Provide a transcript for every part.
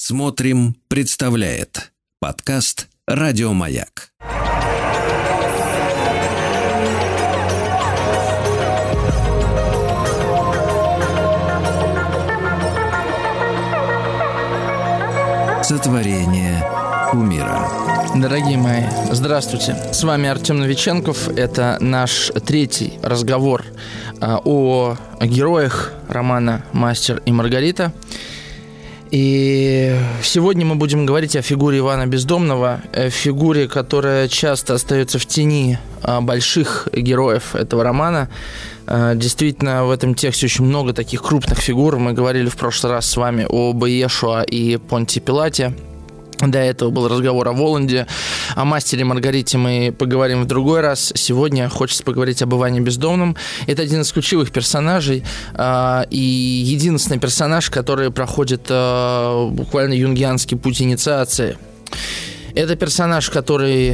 Смотрим, представляет подкаст «Радио Маяк». Сотворение кумира. Дорогие мои, здравствуйте. С вами Артем Новиченков. Это наш третий разговор о героях романа «Мастер и Маргарита». И сегодня мы будем говорить о фигуре Ивана Бездомного, фигуре, которая часто остается в тени больших героев этого романа. Действительно, в этом тексте очень много таких крупных фигур. Мы говорили в прошлый раз с вами об Иешуа и Понтии Пилате. До этого был разговор о Воланде. О «Мастере и Маргарите» мы поговорим в другой раз. Сегодня хочется поговорить об Иване Бездомном. Это один из ключевых персонажей и единственный персонаж, который проходит буквально юнгианский путь инициации. Это персонаж, который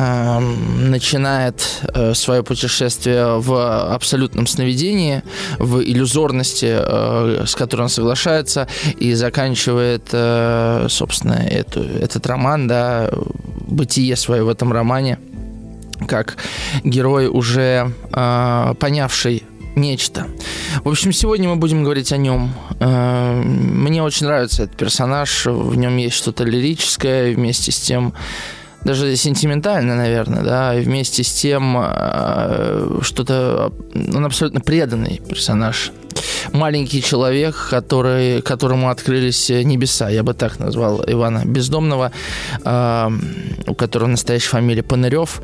начинает свое путешествие в абсолютном сновидении, в иллюзорности, с которой он соглашается, и заканчивает, собственно, этот роман, да, бытие свое в этом романе, как герой, уже понявший нечто. В общем, сегодня мы будем говорить о нем. Мне очень нравится этот персонаж. В нем есть что-то лирическое, вместе с тем даже сентиментальное, наверное, да, и вместе с тем что-то... Он абсолютно преданный персонаж. Маленький человек, которому открылись небеса. Я бы так назвал Ивана Бездомного, у которого настоящая фамилия Панырев.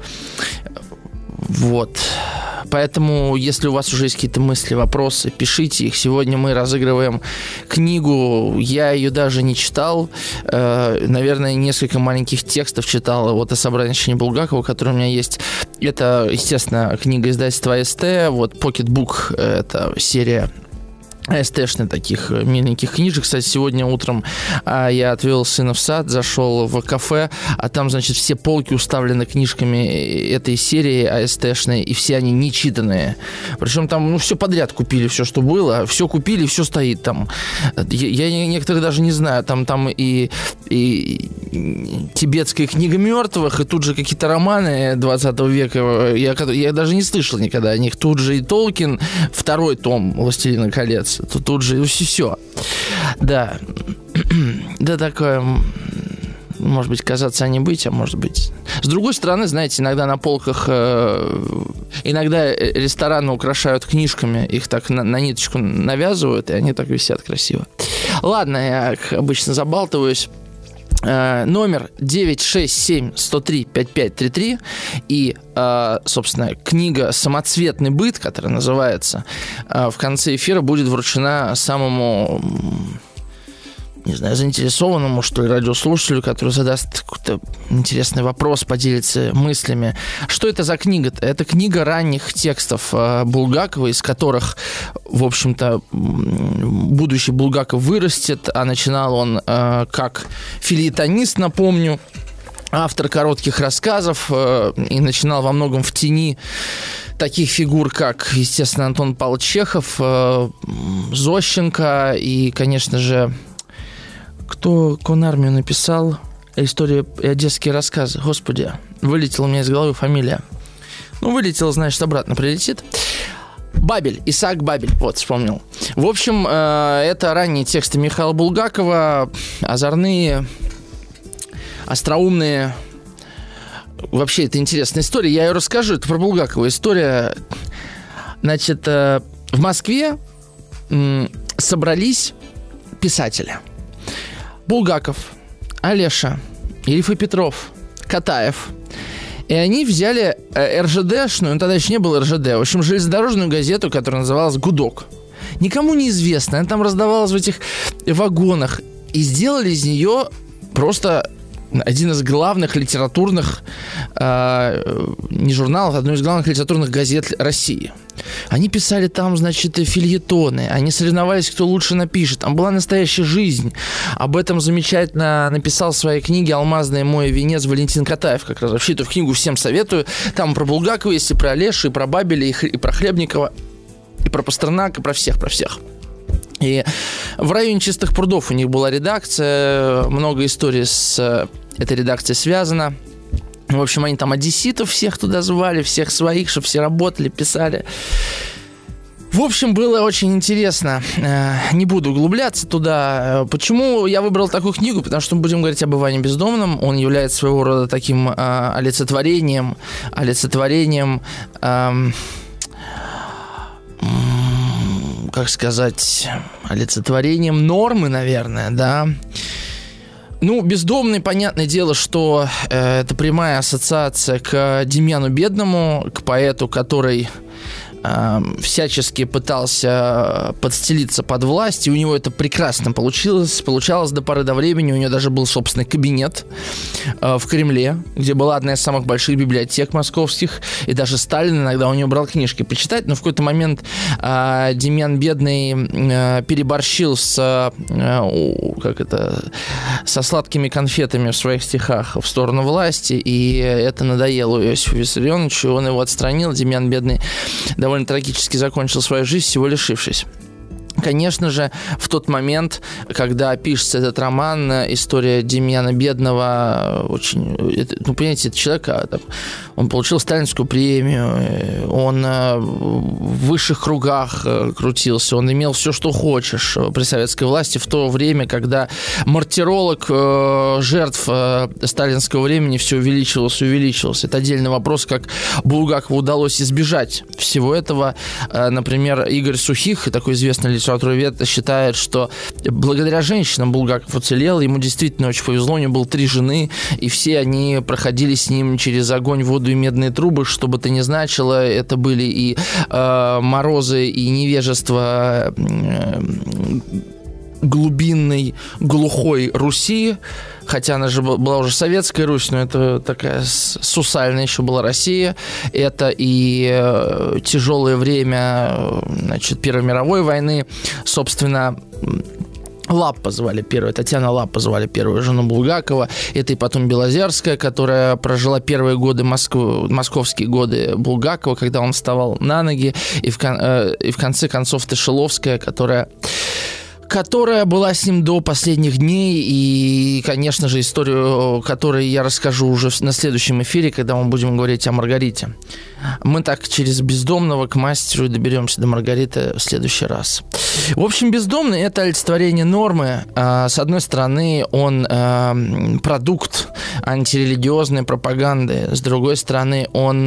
Вот. Поэтому, если у вас уже есть какие-то мысли, вопросы, пишите их. Сегодня мы разыгрываем книгу. Я ее даже не читал. Наверное, несколько маленьких текстов читал. Вот о собрании чтения Булгакова, который у меня есть. Это, естественно, книга издательства АСТ. Вот Pocketbook – это серия АСТшных таких миленьких книжек. Кстати, сегодня утром я отвел сына в сад, зашел в кафе, а там, значит, все полки уставлены книжками этой серии АСТшной, и все они нечитанные. Причем там, все подряд купили, все, что было, все купили, все стоит там. Я некоторых даже не знаю. Там и тибетская книга мертвых, и тут же какие-то романы 20 века. Я даже не слышал никогда о них. Тут же и Толкин, второй том «Властелина колец». Тут же все. Да. Да, такое, может быть, казаться, а не быть, а может быть. С другой стороны, знаете, иногда на полках, иногда рестораны украшают книжками, их так на ниточку навязывают, и они так висят красиво. Ладно, я обычно забалтываюсь. Номер 967-103-5533 и, собственно, книга «Самоцветный быт», которая называется, в конце эфира будет вручена самому, не знаю, заинтересованному, что ли, радиослушателю, который задаст какой-то интересный вопрос, поделится мыслями. Что это за книга-то? Это книга ранних текстов Булгакова, из которых, в общем-то, будущий Булгаков вырастет, а начинал он как фельетонист, напомню, автор коротких рассказов, и начинал во многом в тени таких фигур, как, естественно, Антон Павлович Чехов, Зощенко и, конечно же, кто «Конармию» написал, история и одесские рассказы. Господи, вылетела у меня из головы фамилия. Вылетела, значит, обратно прилетит. Бабель, Исаак Бабель, вот, вспомнил. В общем, это ранние тексты Михаила Булгакова, озорные, остроумные. Вообще, это интересная история. Я ее расскажу, это про Булгакова история. Значит, в Москве собрались писатели. Булгаков, Олеша, Ильф и Петров, Катаев. И они взяли РЖДшную, тогда еще не было РЖД, в общем, железнодорожную газету, которая называлась «Гудок». Никому неизвестная, она там раздавалась в этих вагонах. И сделали из нее просто один из главных литературных, не журналов, одной из главных литературных газет России. Они писали там, значит, фельетоны, они соревновались, кто лучше напишет. Там была настоящая жизнь. Об этом замечательно написал в своей книге «Алмазный мой венец» Валентин Катаев. Как раз вообще эту книгу всем советую. Там про Булгакова есть, и про Олешу, и про Бабеля, и про Хлебникова, и про Пастернака, про всех. И в районе Чистых прудов у них была редакция, много историй с этой редакцией связано. В общем, они там одесситов всех туда звали, всех своих, чтобы все работали, писали. В общем, было очень интересно. Не буду углубляться туда. Почему я выбрал такую книгу? Потому что мы будем говорить об Иване Бездомном. Он является своего рода таким олицетворением, как сказать, олицетворением нормы, наверное, да. Ну, Бездомный, понятное дело, что это прямая ассоциация к Демьяну Бедному, к поэту, который всячески пытался подстелиться под власть, и у него это прекрасно получалось до поры до времени. У него даже был собственный кабинет в Кремле, где была одна из самых больших библиотек московских, и даже Сталин иногда у него брал книжки почитать, но в какой-то момент Демьян Бедный переборщил со сладкими конфетами в своих стихах в сторону власти, и это надоело Иосифу Виссарионовичу, он его отстранил. Демьян Бедный довольно трагически закончил свою жизнь, всего лишившись. Конечно же, в тот момент, когда пишется этот роман, история Демьяна Бедного, очень, ну, понимаете, этот человек, он получил сталинскую премию, он в высших кругах крутился, он имел все, что хочешь при советской власти в то время, когда мартиролог жертв сталинского времени все увеличивался. Это отдельный вопрос, как Булгакову удалось избежать всего этого. Например, Игорь Сухих, такой известный литературовед, считает, что благодаря женщинам Булгаков уцелел, ему действительно очень повезло, у него было 3 жены, и все они проходили с ним через огонь, воду и медные трубы, что бы то ни значило, это были и морозы, и невежество глубинной, глухой Руси, хотя она же была уже советская Русь, но это такая сусальная еще была Россия. Это и тяжелое время, значит, Первой мировой войны. Собственно, Лаппа звали первую, Татьяна Лаппа звали первую жену Булгакова. Это и потом Белозерская, которая прожила первые годы московские годы Булгакова, когда он вставал на ноги. И в конце концов Тышеловская, которая была с ним до последних дней, и, конечно же, историю которой я расскажу уже на следующем эфире, когда мы будем говорить о Маргарите. Мы так через Бездомного к мастеру и доберемся до Маргариты в следующий раз. В общем, Бездомный – это олицетворение нормы. С одной стороны, он продукт антирелигиозной пропаганды, с другой стороны, он...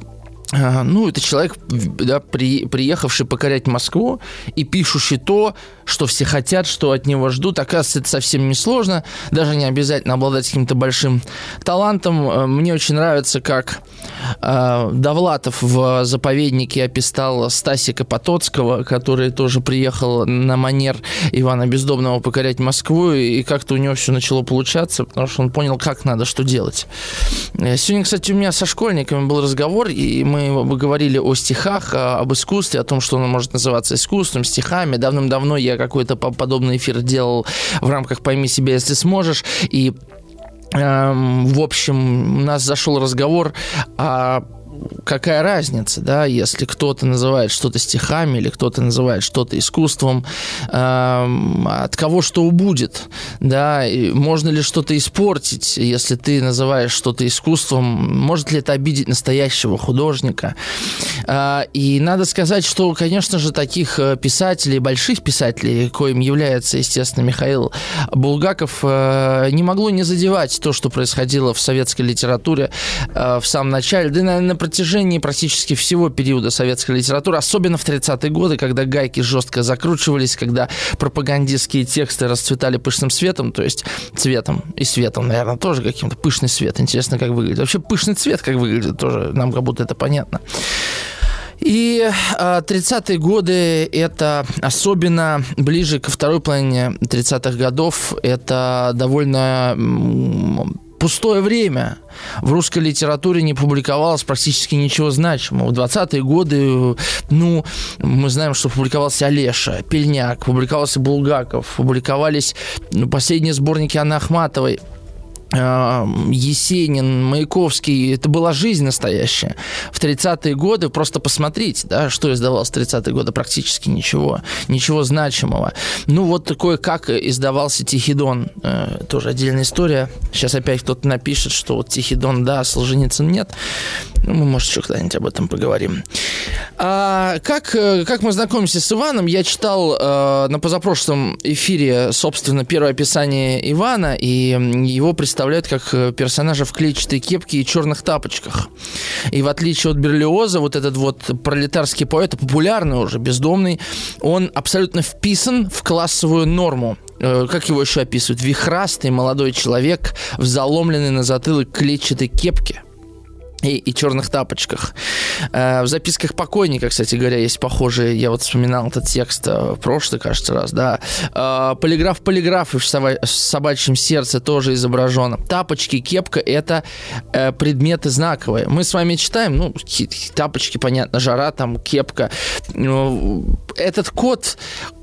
это человек, да, приехавший покорять Москву и пишущий то, что все хотят, что от него ждут. Оказывается, это совсем не сложно, даже не обязательно обладать каким-то большим талантом. Мне очень нравится, как Довлатов в «Заповеднике» описал Стасика Потоцкого, который тоже приехал на манер Ивана Бездомного покорять Москву, и как-то у него все начало получаться, потому что он понял, как надо, что делать. Сегодня, кстати, у меня со школьниками был разговор, и мы говорили о стихах, об искусстве, о том, что оно может называться искусством, стихами. Давным-давно я какой-то подобный эфир делал в рамках «Пойми себя, если сможешь». И, в общем, у нас зашел разговор о... Какая разница, да, если кто-то называет что-то стихами или кто-то называет что-то искусством, от кого что убудет, да, и можно ли что-то испортить, если ты называешь что-то искусством, может ли это обидеть настоящего художника. И надо сказать, что, конечно же, таких писателей, больших писателей, коим является, естественно, Михаил Булгаков, не могло не задевать то, что происходило в советской литературе в самом начале, да и, наверное, на протяжении практически всего периода советской литературы, особенно в 30-е годы, когда гайки жестко закручивались, когда пропагандистские тексты расцветали пышным светом, то есть цветом и светом, наверное, тоже каким-то пышный свет. Интересно, как выглядит. Вообще пышный цвет как выглядит, тоже нам как будто это понятно. И 30-е годы – это особенно ближе ко второй половине 30-х годов, это довольно пустое время. В русской литературе не публиковалось практически ничего значимого. В 20-е годы, мы знаем, что публиковался Олеша, Пельняк, публиковался Булгаков, публиковались последние сборники Анны Ахматовой. Есенин, Маяковский, это была жизнь настоящая. В 30-е годы, просто посмотрите, да, что издавалось в 30-е годы, практически ничего значимого. Ну, вот такое, как издавался «Тихий Дон», тоже отдельная история. Сейчас опять кто-то напишет, что вот «Тихий Дон», да, Солженицын нет. Ну, мы, может, еще когда-нибудь об этом поговорим. Как мы знакомимся с Иваном? Я читал на позапрошлом эфире, собственно, первое описание Ивана, и его представляют как персонажа в клетчатой кепке и черных тапочках. И в отличие от Берлиоза, вот этот вот пролетарский поэт, популярный уже, бездомный, он абсолютно вписан в классовую норму. Как его еще описывают? Вихрастый молодой человек в заломленной на затылок клетчатой кепке и черных тапочках. В записках покойника, кстати говоря, есть похожие. Я вот вспоминал этот текст в прошлый, кажется, раз, да. Полиграф в собачьем сердце тоже изображен. Тапочки, кепка – это предметы знаковые. Мы с вами читаем, ну, тапочки, понятно, жара, там, кепка. Этот код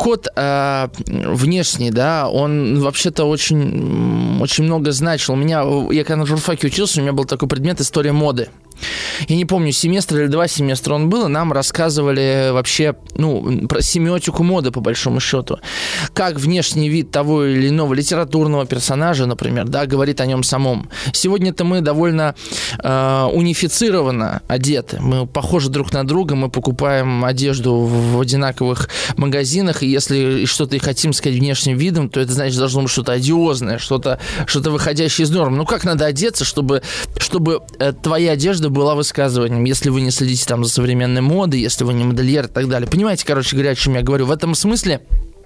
внешний, да, он вообще-то очень много значил. Я когда на журфаке учился, у меня был такой предмет «История моды». Я не помню, семестр или 2 семестра он был, и нам рассказывали вообще, про семиотику моды, по большому счету. Как внешний вид того или иного литературного персонажа, например, да, говорит о нем самом. Сегодня-то мы довольно унифицированно одеты. Мы похожи друг на друга, мы покупаем одежду в одинаковых магазинах, и если что-то и хотим сказать внешним видом, то это значит, должно быть что-то одиозное, что-то выходящее из нормы. Ну, как надо одеться, чтобы твоя одежда была высказыванием, если вы не следите там за современной модой, если вы не модельер и так далее. Понимаете, короче говоря, о чем я говорю? В этом смысле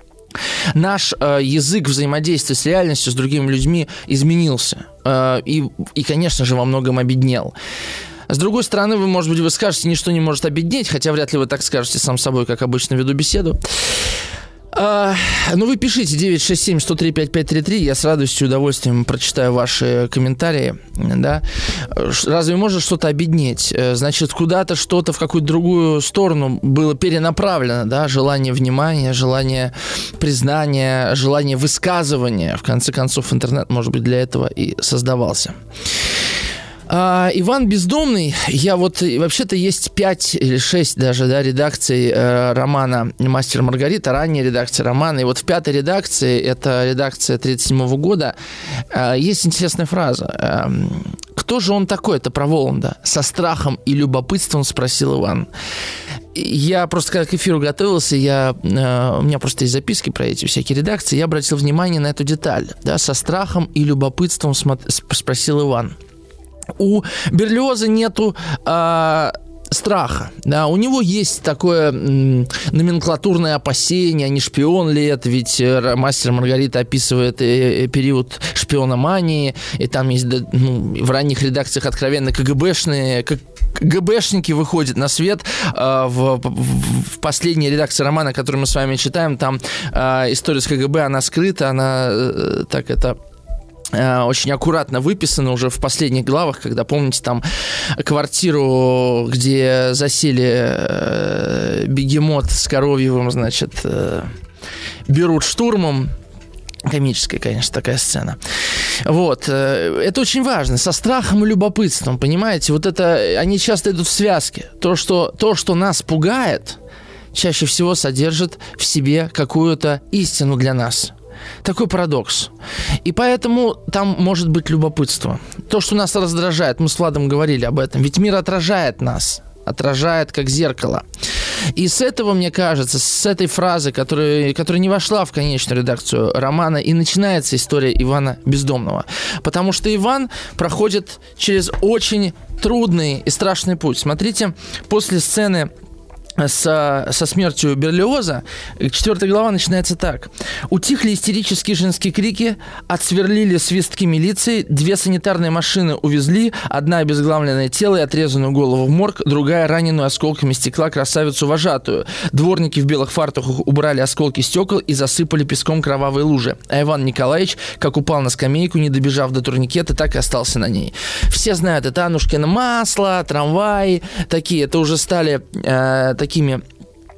наш язык взаимодействия с реальностью, с другими людьми изменился. И, конечно же, во многом обеднел. С другой стороны, может быть, вы скажете, ничто не может обеднеть, хотя вряд ли вы так скажете сам собой, как обычно веду беседу. Вы пишите 967-103-5533, я с радостью и удовольствием прочитаю ваши комментарии, да. Разве может что-то обеднеть? Значит, куда-то что-то в какую-то другую сторону было перенаправлено, да, желание внимания, желание признания, желание высказывания. В конце концов, интернет, может быть, для этого и создавался. Иван Бездомный, вообще-то есть 5 или 6 даже, да, редакций романа «Мастер и Маргарита», ранняя редакция романа, и вот в 5-й редакции, это редакция 1937 года, есть интересная фраза. «Кто же он такой?» Это про Воланда. «Со страхом и любопытством спросил Иван». Я просто, когда к эфиру готовился, у меня просто есть записки про эти всякие редакции, я обратил внимание на эту деталь, да, «со страхом и любопытством спросил Иван». У Берлиоза нету страха, да, у него есть такое номенклатурное опасение, не шпион ли это, ведь «Мастер и Маргарита» описывает период шпиономании, и там есть, в ранних редакциях откровенно КГБшники выходят на свет. В последней редакции романа, который мы с вами читаем, там история с КГБ, она скрыта, она очень аккуратно выписано уже в последних главах, когда, помните, там квартиру, где засели Бегемот с Коровьевым, значит, берут штурмом. Комическая, конечно, такая сцена. Вот. Это очень важно. Со страхом и любопытством, понимаете? Вот это, они часто идут в связке. То, что нас пугает, чаще всего содержит в себе какую-то истину для нас. Такой парадокс. И поэтому там может быть любопытство. То, что нас раздражает, мы с Владом говорили об этом. Ведь мир отражает нас. Отражает как зеркало. И с этого, мне кажется, с этой фразы, которая не вошла в конечную редакцию романа, и начинается история Ивана Бездомного. Потому что Иван проходит через очень трудный и страшный путь. Смотрите, после сцены со смертью Берлиоза 4 глава начинается так. Утихли истерические женские крики, отсверлили свистки милиции, 2 санитарные машины увезли, одна обезглавленное тело и отрезанную голову в морг, другая раненую осколками стекла красавицу-вожатую. Дворники в белых фартуках убрали осколки стекол и засыпали песком кровавые лужи. А Иван Николаевич, как упал на скамейку, не добежав до турникета, так и остался на ней. Все знают, это Аннушкино масло, трамваи, такие, это уже стали такими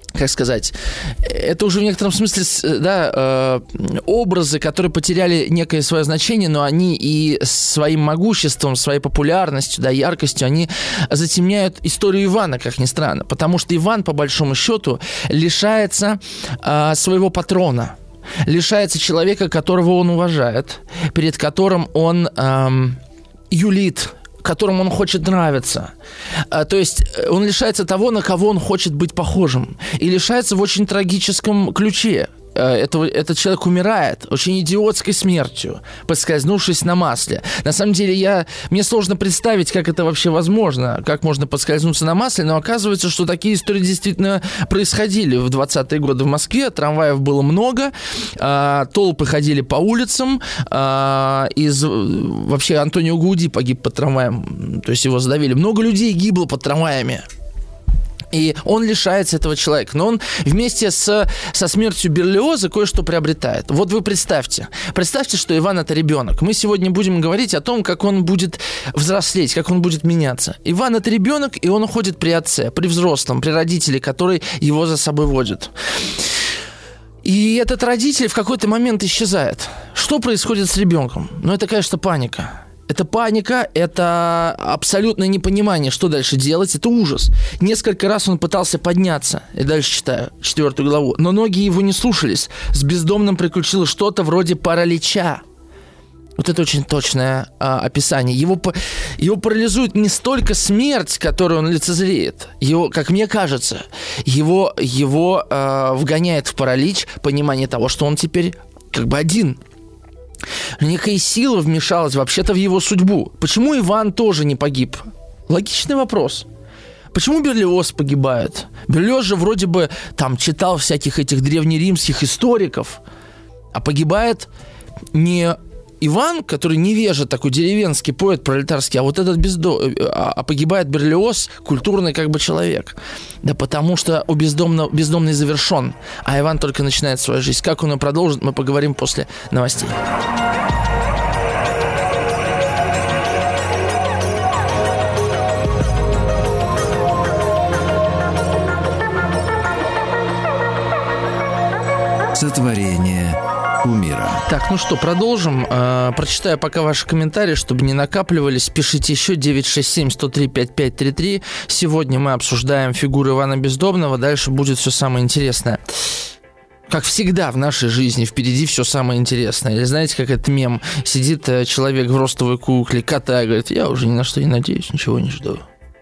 как сказать, это уже в некотором смысле, да, образы, которые потеряли некое свое значение, но они и своим могуществом, своей популярностью, да, яркостью, они затемняют историю Ивана, как ни странно. Потому что Иван, по большому счету, лишается своего патрона, лишается человека, которого он уважает, перед которым он юлит, которому он хочет нравиться. То есть он лишается того, на кого он хочет быть похожим. И лишается в очень трагическом ключе. Этот человек умирает очень идиотской смертью, подскользнувшись на масле. На самом деле, мне сложно представить, как это вообще возможно, как можно подскользнуться на масле, но оказывается, что такие истории действительно происходили в 20-е годы в Москве. Трамваев было много, толпы ходили по улицам, вообще Антонио Гауди погиб под трамваем, то есть его задавили. Много людей гибло под трамваями. И он лишается этого человека. Но он вместе со смертью Берлиоза кое-что приобретает. Вот вы представьте, что Иван – это ребенок. Мы сегодня будем говорить о том, как он будет взрослеть, как он будет меняться. Иван – это ребенок, и он уходит при отце, при взрослом, при родителе, который его за собой водит. И этот родитель в какой-то момент исчезает. Что происходит с ребенком? Ну, это, конечно, паника. Это паника, это абсолютное непонимание, что дальше делать, это ужас. Несколько раз он пытался подняться, и дальше читаю 4 главу, но ноги его не слушались. С бездомным приключилось что-то вроде паралича. Вот это очень точное описание. Его парализует не столько смерть, которую он лицезреет, как мне кажется, его вгоняет в паралич понимание того, что он теперь как бы один. Некая сила вмешалась вообще-то в его судьбу. Почему Иван тоже не погиб? Логичный вопрос. Почему Берлиоз погибает? Берлиоз же вроде бы там читал всяких этих древнеримских историков, а погибает не Иван, который невежа, такой деревенский поэт пролетарский, а вот этот погибает Берлиоз, культурный как бы человек. Да потому что бездомный завершен, а Иван только начинает свою жизнь. Как он ее продолжит, мы поговорим после новостей. Сотворение кумира. Так, ну что, продолжим. Прочитаю пока ваши комментарии, чтобы не накапливались. Пишите еще 967-103-5533. Сегодня мы обсуждаем фигуру Ивана Бездомного. Дальше будет все самое интересное. Как всегда в нашей жизни впереди все самое интересное. Или знаете, как этот мем? Сидит человек в ростовой кукле, кота, и говорит: я уже ни на что не надеюсь, ничего не жду.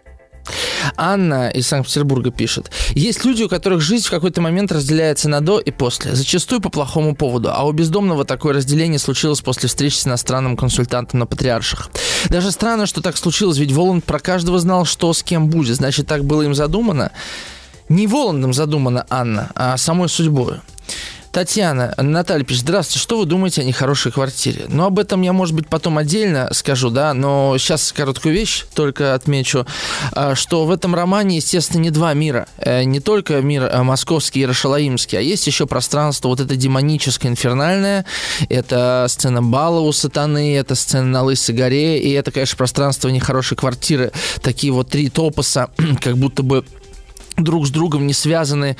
Анна из Санкт-Петербурга пишет: есть люди, у которых жизнь в какой-то момент разделяется на до и после, зачастую по плохому поводу, а у Бездомного такое разделение случилось после встречи с иностранным консультантом на Патриарших. Даже странно, что так случилось, ведь Воланд про каждого знал, что с кем будет, значит, так было им задумано. Не Воландом задумано, Анна, а самой судьбой. Татьяна, Наталья пишет: здравствуйте, что вы думаете о нехорошей квартире? Ну, об этом я, может быть, потом отдельно скажу, да, но сейчас короткую вещь только отмечу, что в этом романе, естественно, не два мира. Не только мир московский и рашалаимский, а есть еще пространство вот это демоническое, инфернальное. Это сцена бала у сатаны, это сцена на Лысой горе, и это, конечно, пространство нехорошей квартиры. Такие вот три топоса, как будто бы друг с другом не связаны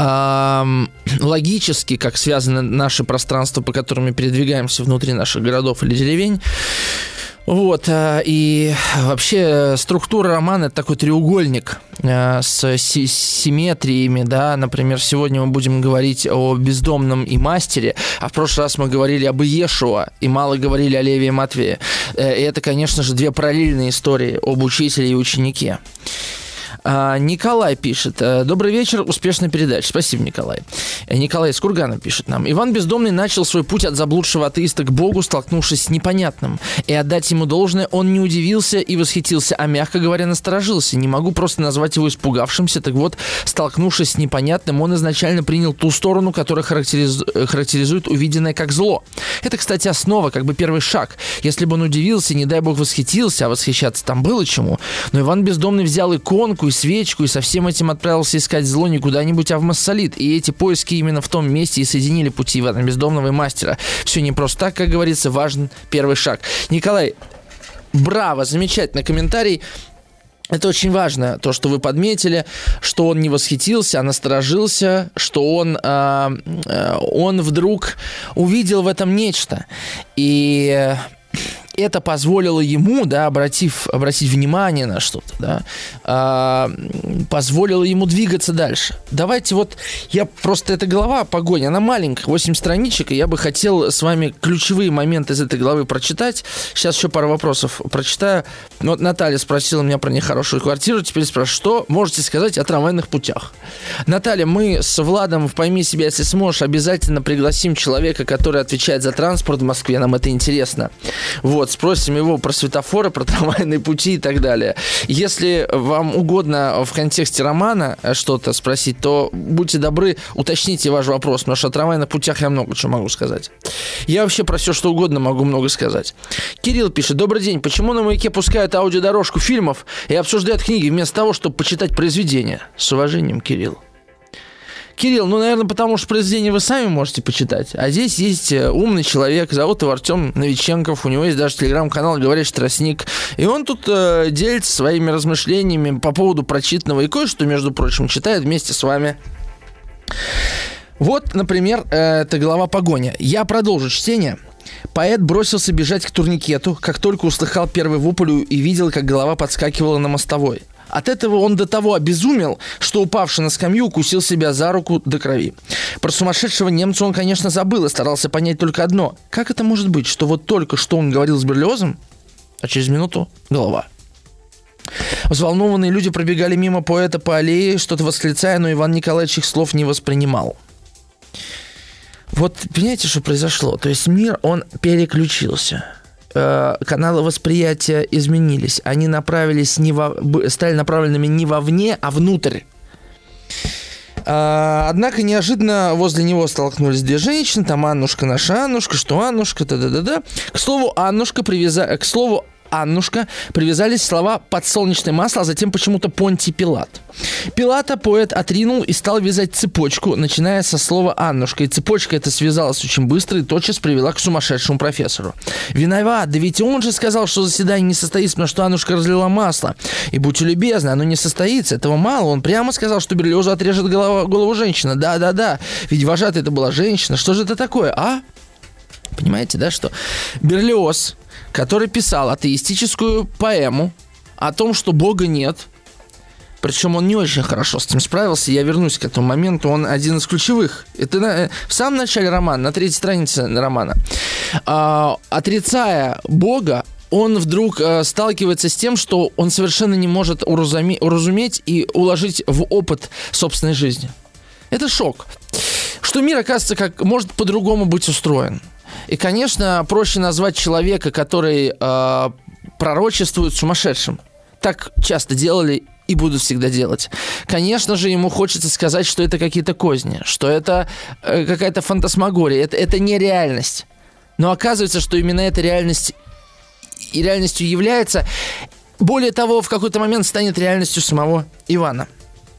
логически, как связаны наши пространства, по которым мы передвигаемся внутри наших городов или деревень. Вот, и вообще структура романа – это такой треугольник с симметриями, да, например, сегодня мы будем говорить о Бездомном и Мастере, а в прошлый раз мы говорили об Иешуа и мало говорили о Левии и Матвее. И это, конечно же, две параллельные истории об учителе и ученике. Николай пишет: добрый вечер, успешная передача. Спасибо, Николай. Николай из Кургана пишет нам: Иван Бездомный начал свой путь от заблудшего атеиста к Богу, столкнувшись с непонятным. И отдать ему должное, он не удивился и восхитился, а, мягко говоря, насторожился. Не могу просто назвать его испугавшимся. Так вот, столкнувшись с непонятным, он изначально принял ту сторону, которая характеризует увиденное как зло. Это, кстати, основа, как бы первый шаг. Если бы он удивился, не дай бог восхитился, а восхищаться там было чему. Но Иван Бездомный взял иконку и свечку, и со всем этим отправился искать зло не куда-нибудь, а в Массолит. И эти поиски именно в том месте и соединили пути Ивана Бездомного и Мастера. Все не просто так, как говорится, важен первый шаг. Николай, браво, замечательный комментарий. Это очень важно, то, что вы подметили, что он не восхитился, а насторожился, что он вдруг увидел в этом нечто. И это позволило ему, да, обратить внимание на что-то, да, позволило ему двигаться дальше. Давайте эта глава «Погонь», она маленькая, 8 страничек, и я бы хотел с вами ключевые моменты из этой главы прочитать. Сейчас еще пару вопросов прочитаю. Вот Наталья спросила меня про нехорошую квартиру, теперь спрашиваю, что можете сказать о трамвайных путях? Наталья, мы с Владом в «Пойми себя, если сможешь» обязательно пригласим человека, который отвечает за транспорт в Москве, нам это интересно. Вот, спросим его про светофоры, про трамвайные пути и так далее. Если вам угодно в контексте романа что-то спросить, то будьте добры, уточните ваш вопрос, потому что о трамвайных путях я много чего могу сказать. Я вообще про все, что угодно могу много сказать. Кирилл пишет: добрый день, почему на «Маяке» пускают аудиодорожку фильмов и обсуждают книги вместо того, чтобы почитать произведения? С уважением, Кирилл. Кирилл, наверное, потому что произведение вы сами можете почитать. А здесь есть умный человек, зовут его Артем Новиченков. У него есть даже телеграм-канал «Говорящий тростник». И он тут делится своими размышлениями по поводу прочитанного. И кое-что, между прочим, читает вместе с вами. Вот, например, это глава «Погоня». Я продолжу чтение. Поэт бросился бежать к турникету, как только услыхал первый вопль и видел, как голова подскакивала на мостовой. От этого он до того обезумел, что, упавший на скамью, укусил себя за руку до крови. Про сумасшедшего немца он, конечно, забыл и старался понять только одно. Как это может быть, что вот только что он говорил с Берлиозом, а через минуту голова? Взволнованные люди пробегали мимо поэта по аллее, что-то восклицая, но Иван Николаевич их слов не воспринимал. Вот, понимаете, что произошло? То есть мир, он переключился. Каналы восприятия изменились. Они стали направленными не вовне, а внутрь. Однако неожиданно возле него столкнулись две женщины. Там Аннушка, наша Аннушка, что Аннушка, да-да-да-да. К слову, Аннушка привязались слова «подсолнечное масло», а затем почему-то «Понтий Пилат». Пилата поэт отринул и стал вязать цепочку, начиная со слова «Аннушка». И цепочка эта связалась очень быстро и тотчас привела к сумасшедшему профессору. «Виноват, да ведь он же сказал, что заседание не состоится, потому что Аннушка разлила масло. И будьте любезны, оно не состоится, этого мало. Он прямо сказал, что Берлиозу отрежет голову женщина. Да-да-да, ведь вожатая это была женщина. Что же это такое, а?» Понимаете, да, что Берлиоз, который писал атеистическую поэму о том, что Бога нет, причем он не очень хорошо с этим справился, я вернусь к этому моменту, он один из ключевых. Это в самом начале романа, на 3-й странице романа. Отрицая Бога, он вдруг сталкивается с тем, что он совершенно не может уразуметь и уложить в опыт собственной жизни. Это шок. Что мир, оказывается, может по-другому быть устроен. И, конечно, проще назвать человека, который пророчествует, сумасшедшим. Так часто делали и будут всегда делать. Конечно же, ему хочется сказать, что это какие-то козни, что это какая-то фантасмагория, это не реальность. Но оказывается, что именно эта реальность и реальностью является. Более того, в какой-то момент станет реальностью самого Ивана.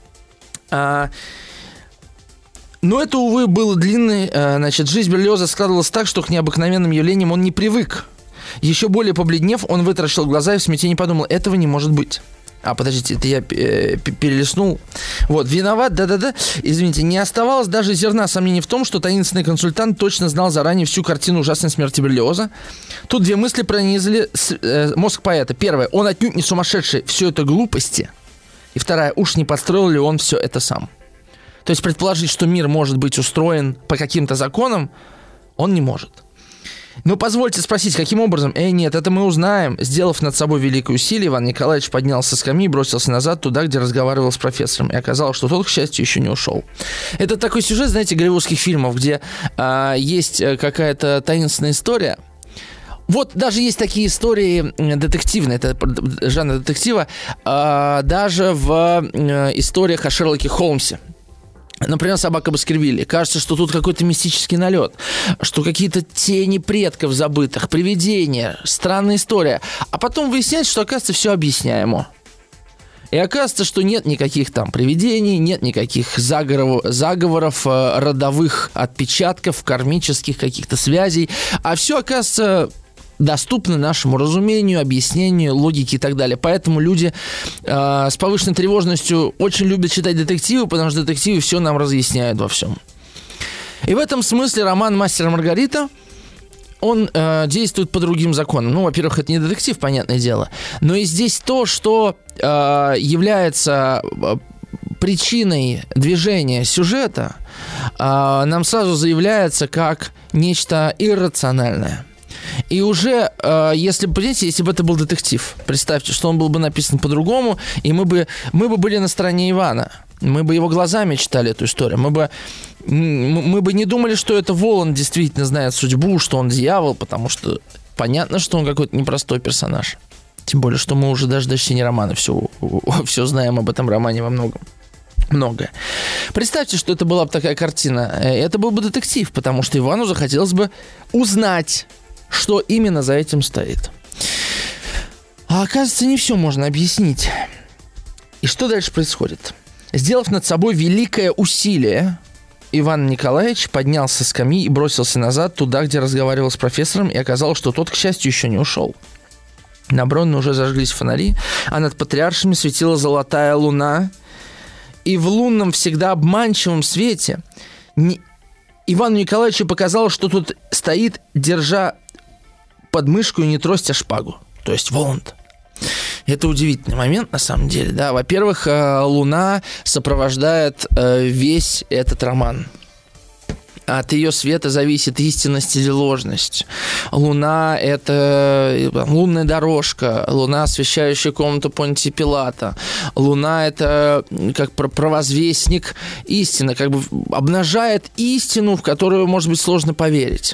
Но это, увы, было длинной. Жизнь Берлиоза складывалась так, что к необыкновенным явлениям он не привык. Еще более побледнев, он вытаращил глаза и в смятении подумал: этого не может быть. Подождите, это я перелистнул. Вот, виноват, да-да-да. Извините, не оставалось даже зерна сомнений в том, что таинственный консультант точно знал заранее всю картину ужасной смерти Берлиоза. Тут две мысли пронизали мозг поэта. Первая: он отнюдь не сумасшедший, все это глупости. И вторая: уж не подстроил ли он все это сам. То есть предположить, что мир может быть устроен по каким-то законам, он не может. Но позвольте спросить, каким образом? Нет, это мы узнаем. Сделав над собой великое усилие, Иван Николаевич поднялся с скамьи и бросился назад туда, где разговаривал с профессором. И оказалось, что тот, к счастью, еще не ушел. Это такой сюжет, знаете, голливудских фильмов, где есть какая-то таинственная история. Вот даже есть такие истории детективные, это жанр детектива, даже в историях о Шерлоке Холмсе. Например, «Собака Баскервилей». Кажется, что тут какой-то мистический налет, что какие-то тени предков забытых, привидения, странная история. А потом выясняется, что, оказывается, все объясняемо. И оказывается, что нет никаких там привидений, нет никаких заговоров, родовых отпечатков, кармических каких-то связей. А все, оказывается, доступны нашему разумению, объяснению, логике и так далее. Поэтому люди с повышенной тревожностью очень любят читать детективы, потому что детективы все нам разъясняют во всем. И в этом смысле роман «Мастер и Маргарита», он действует по другим законам. Ну, во-первых, это не детектив, понятное дело. Но и здесь то, что является причиной движения сюжета, нам сразу заявляется как нечто иррациональное. И уже, если бы это был детектив, представьте, что он был бы написан по-другому, и мы бы были на стороне Ивана. Мы бы его глазами читали эту историю. Мы бы не думали, что это Воланд действительно знает судьбу, что он дьявол, потому что понятно, что он какой-то непростой персонаж. Тем более, что мы уже даже до чтения романа все знаем об этом романе во многое. Представьте, что это была бы такая картина. Это был бы детектив, потому что Ивану захотелось бы узнать, что именно за этим стоит. А оказывается, не все можно объяснить. И что дальше происходит? Сделав над собой великое усилие, Иван Николаевич поднялся с скамьи и бросился назад, туда, где разговаривал с профессором, и оказалось, что тот, к счастью, еще не ушел. На Бронной уже зажглись фонари, а над патриаршами светила золотая луна, и в лунном, всегда обманчивом свете Ивану Николаевичу показалось, что тут стоит, держа под мышку не трость, а шпагу. То есть Воланд. Это удивительный момент, на самом деле. Да? Во-первых, луна сопровождает весь этот роман. От ее света зависит истинность или ложность. Луна – это лунная дорожка. Луна, освещающая комнату Понтия Пилата. Луна – это как провозвестник истины, как бы обнажает истину, в которую, может быть, сложно поверить.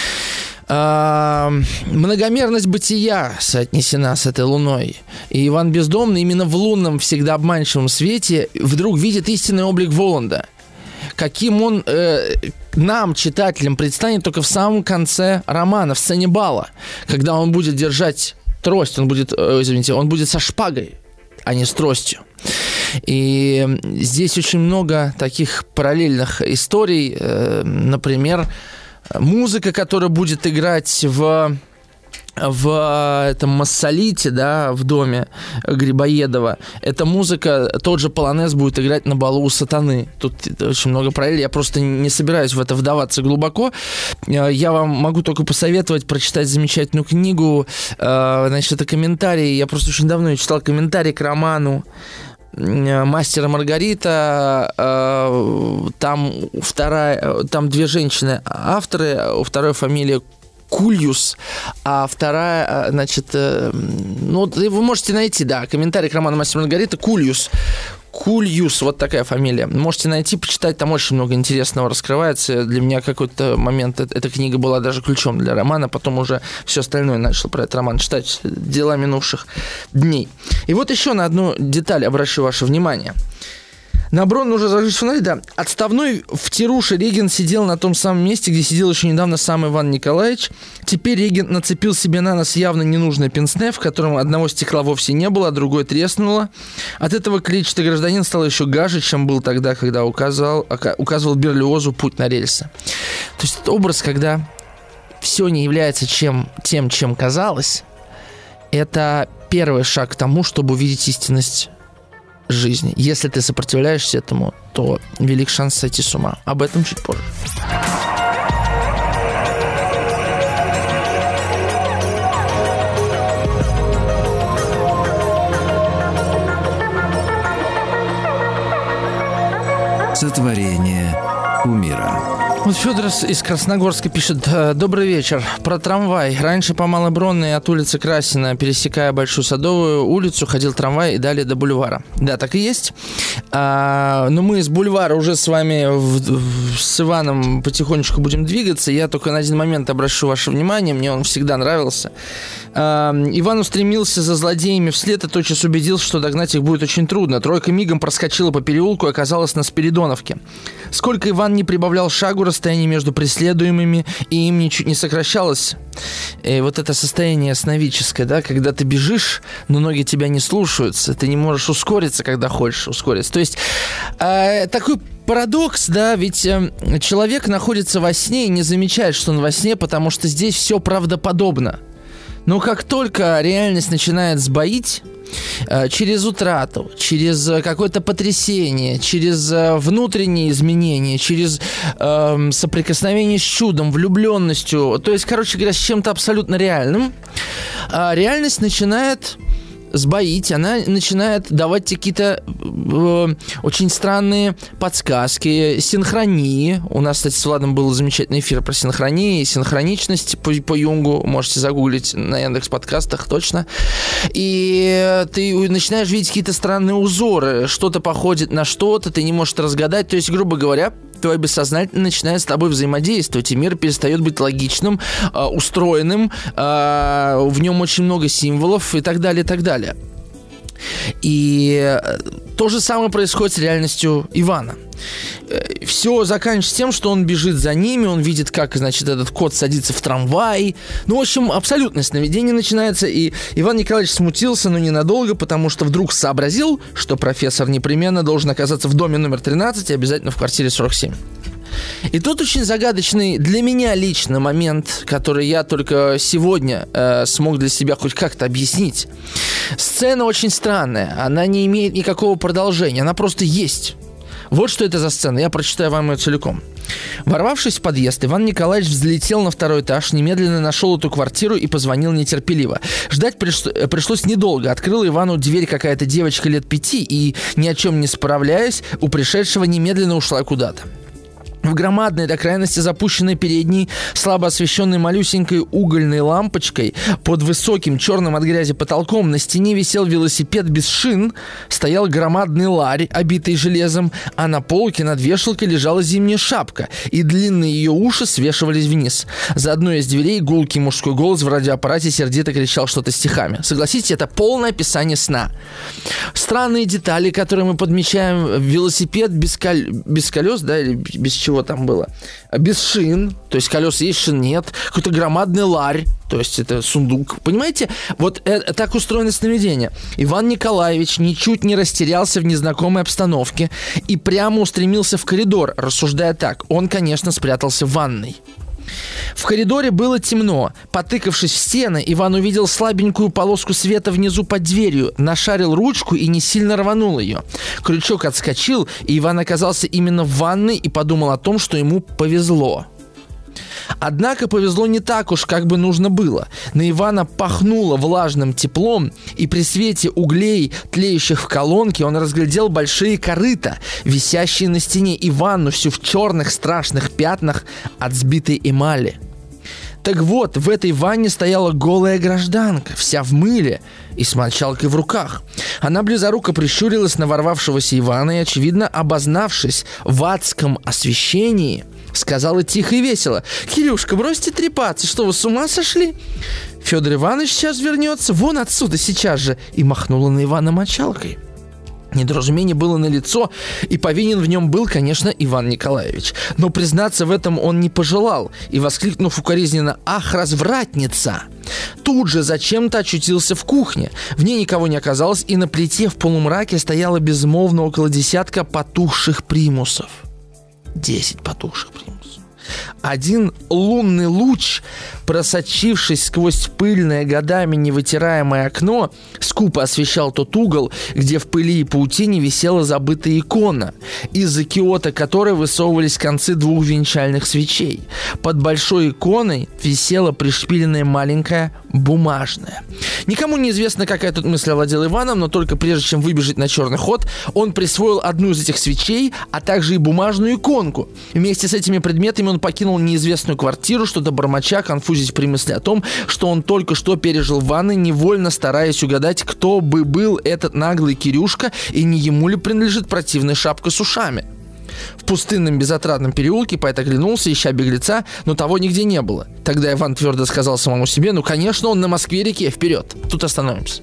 Многомерность бытия соотнесена с этой луной. И Иван Бездомный именно в лунном, всегда обманчивом свете вдруг видит истинный облик Воланда. Каким он нам, читателям, предстанет только в самом конце романа, в сцене бала, когда он будет держать трость, он будет со шпагой, а не с тростью. И здесь очень много таких параллельных историй. Например, музыка, которая будет играть в этом Массолите, да, в доме Грибоедова. Эта музыка, тот же полонез будет играть на балу у сатаны. Тут очень много параллелей. Я просто не собираюсь в это вдаваться глубоко. Я вам могу только посоветовать прочитать замечательную книгу. Значит, это комментарий. Я просто очень давно читал комментарий к роману «Мастер и Маргарита». Там две женщины авторы, у второй фамилия Кульюс, а вторая, значит, вы можете найти, да, комментарий к роману «Мастер и Маргарита», Кульюс, вот такая фамилия. Можете найти, почитать, там очень много интересного раскрывается. Для меня какой-то момент эта книга была даже ключом для романа, потом уже все остальное начал про этот роман читать, дела минувших дней. И вот еще на одну деталь обращу ваше внимание. На Бронной уже зажглись фонари, да. Отставной в тируше регент сидел на том самом месте, где сидел еще недавно сам Иван Николаевич. Теперь регент нацепил себе на нос явно ненужное пенсне, в котором одного стекла вовсе не было, а другое треснуло. От этого клетчатый гражданин стал еще гаже, чем был тогда, когда указывал Берлиозу путь на рельсы. То есть это образ, когда все не является тем, чем казалось, это первый шаг к тому, чтобы увидеть истинность жизни. Если ты сопротивляешься этому, то велик шанс сойти с ума. Об этом чуть позже. Сотворение кумира. Вот Федор из Красногорска пишет: «Добрый вечер. Про трамвай. Раньше по Малой Бронной от улицы Красина, пересекая Большую Садовую улицу, ходил трамвай и далее до бульвара». Да, так и есть. Но мы с бульвара уже с вами, с Иваном потихонечку будем двигаться. Я только на один момент обращу ваше внимание. Мне он всегда нравился. Иван устремился за злодеями вслед и тотчас убедился, что догнать их будет очень трудно. Тройка мигом проскочила по переулку и оказалась на Спиридоновке. Сколько Иван не прибавлял шагу, расстояние между преследуемыми и им ничуть не сокращалось. И вот это состояние сновидческое, да, когда ты бежишь, но ноги тебя не слушаются, ты не можешь ускориться, когда хочешь ускориться. То есть такой парадокс, да, ведь человек находится во сне и не замечает, что он во сне, потому что здесь все правдоподобно. Но как только реальность начинает сбоить, через утрату, через какое-то потрясение, через внутренние изменения, через соприкосновение с чудом, влюбленностью, то есть, короче говоря, с чем-то абсолютно реальным, реальность начинает сбоить, она начинает давать какие-то очень странные подсказки, синхронии. У нас, кстати, с Владом был замечательный эфир про синхронию и синхроничность по Юнгу. Можете загуглить на Яндекс.Подкастах, точно. И ты начинаешь видеть какие-то странные узоры. Что-то походит на что-то, ты не можешь разгадать. То есть, грубо говоря, твое бессознательное начинает с тобой взаимодействовать, и мир перестает быть логичным, устроенным, в нем очень много символов и так далее, и так далее. И то же самое происходит с реальностью Ивана. Все заканчивается тем, что он бежит за ними, он видит, как, значит, этот кот садится в трамвай. Ну, в общем, абсолютное сновидение начинается, и Иван Николаевич смутился, но ненадолго, потому что вдруг сообразил, что профессор непременно должен оказаться в доме номер 13 и обязательно в квартире 47. И тут очень загадочный для меня лично момент, который я только сегодня смог для себя хоть как-то объяснить. Сцена очень странная, она не имеет никакого продолжения, она просто есть. Вот что это за сцена, я прочитаю вам ее целиком. Ворвавшись в подъезд, Иван Николаевич взлетел на второй этаж, немедленно нашел эту квартиру и позвонил нетерпеливо. Ждать пришлось недолго. Открыла Ивану дверь какая-то девочка лет 5 и, ни о чем не справляясь, у пришедшего немедленно ушла куда-то. В громадной до крайности запущенной передней, слабо освещенной малюсенькой угольной лампочкой, под высоким черным от грязи потолком на стене висел велосипед без шин, стоял громадный ларь, обитый железом, а на полке над вешалкой лежала зимняя шапка, и длинные ее уши свешивались вниз. За одной из дверей гулкий мужской голос в радиоаппарате сердито кричал что-то стихами. Согласитесь, это полное описание сна. Странные детали, которые мы подмечаем: велосипед без колес, да, или без чего там было, без шин, то есть колес есть, шин нет, какой-то громадный ларь, то есть это сундук, понимаете? Вот так устроено сновидение. Иван Николаевич ничуть не растерялся в незнакомой обстановке и прямо устремился в коридор, рассуждая так: он, конечно, спрятался в ванной. В коридоре было темно. Потыкавшись в стены, Иван увидел слабенькую полоску света внизу под дверью, нашарил ручку и не сильно рванул ее. Крючок отскочил, и Иван оказался именно в ванной и подумал о том, что ему повезло. Однако повезло не так уж, как бы нужно было. На Ивана пахнуло влажным теплом, и при свете углей, тлеющих в колонке, он разглядел большие корыта, висящие на стене, и ванну всю в черных страшных пятнах от сбитой эмали. Так вот, в этой ванне стояла голая гражданка, вся в мыле и с мочалкой в руках. Она близоруко прищурилась на ворвавшегося Ивана и, очевидно, обознавшись в адском освещении, сказала тихо и весело: «Кирюшка, бросьте трепаться, что вы с ума сошли? Федор Иванович сейчас вернется, вон отсюда сейчас же!» И махнула на Ивана мочалкой. Недоразумение было налицо, и повинен в нем был, конечно, Иван Николаевич. Но признаться в этом он не пожелал, и, воскликнув укоризненно: «Ах, развратница!», тут же зачем-то очутился в кухне. В ней никого не оказалось, и на плите в полумраке стояло безмолвно около 10 потухших примусов. 10 потухших примусов. Один лунный луч, просочившись сквозь пыльное, годами невытираемое окно, скупо освещал тот угол, где в пыли и паутине висела забытая икона, из-за киота которой высовывались концы 2 венчальных свечей. Под большой иконой висела пришпиленная маленькая бумажная. Никому не известно, какая тут мысль овладела Иваном, но только прежде чем выбежать на черный ход, он присвоил одну из этих свечей, а также и бумажную иконку. Вместе с этими предметами он покинул неизвестную квартиру, что-то бормоча, конфузясь при мысли о том, что он только что пережил в ванной, невольно стараясь угадать, кто бы был этот наглый Кирюшка и не ему ли принадлежит противная шапка с ушами. В пустынном безотрадном переулке поэт оглянулся, ища беглеца, но того нигде не было. Тогда Иван твердо сказал самому себе: «Ну, конечно, он на Москве-реке, вперед!» Тут остановимся.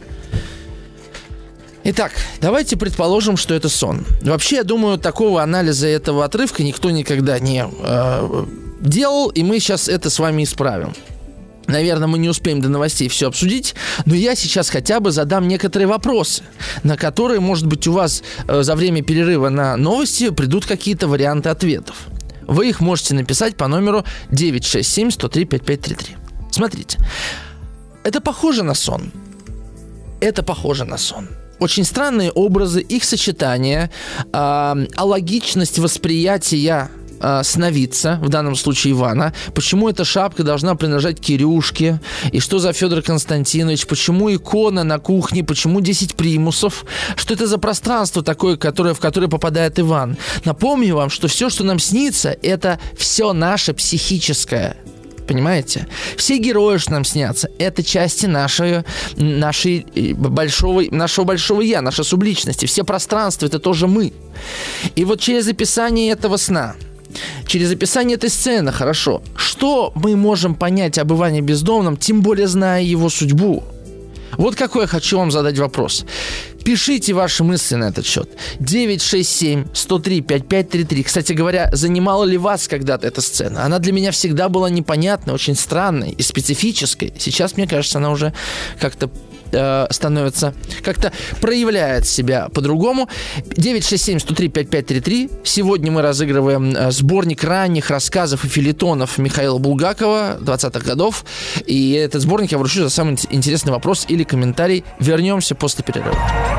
Итак, давайте предположим, что это сон. Вообще, я думаю, такого анализа этого отрывка никто никогда не делал, и мы сейчас это с вами исправим. Наверное, мы не успеем до новостей все обсудить, но я сейчас хотя бы задам некоторые вопросы, на которые, может быть, у вас за время перерыва на новости придут какие-то варианты ответов. Вы их можете написать по номеру 967-103-5533. Смотрите. Это похоже на сон. Это похоже на сон. Очень странные образы, их сочетание, алогичность восприятия сновидца, в данном случае Ивана, почему эта шапка должна принадлежать Кирюшке, и что за Федор Константинович, почему икона на кухне, почему 10 примусов, что это за пространство такое, в которое попадает Иван. Напомню вам, что все, что нам снится, это все наше психическое. Понимаете? Все герои, что нам снятся, это части нашего большого я, нашей субличности. Все пространства, это тоже мы. И вот через описание этого сна, через описание этой сцены, хорошо, что мы можем понять об Иване Бездомном, тем более зная его судьбу? Вот какой я хочу вам задать вопрос. Пишите ваши мысли на этот счет. 967-103-5533. Кстати говоря, занимала ли вас когда-то эта сцена? Она для меня всегда была непонятной, очень странной и специфической. Сейчас, мне кажется, она уже как-то становится, как-то проявляет себя по-другому. 967-103-5533. Сегодня мы разыгрываем сборник ранних рассказов и фельетонов Михаила Булгакова 20-х годов. И этот сборник я вручу за самый интересный вопрос или комментарий. Вернемся после перерыва.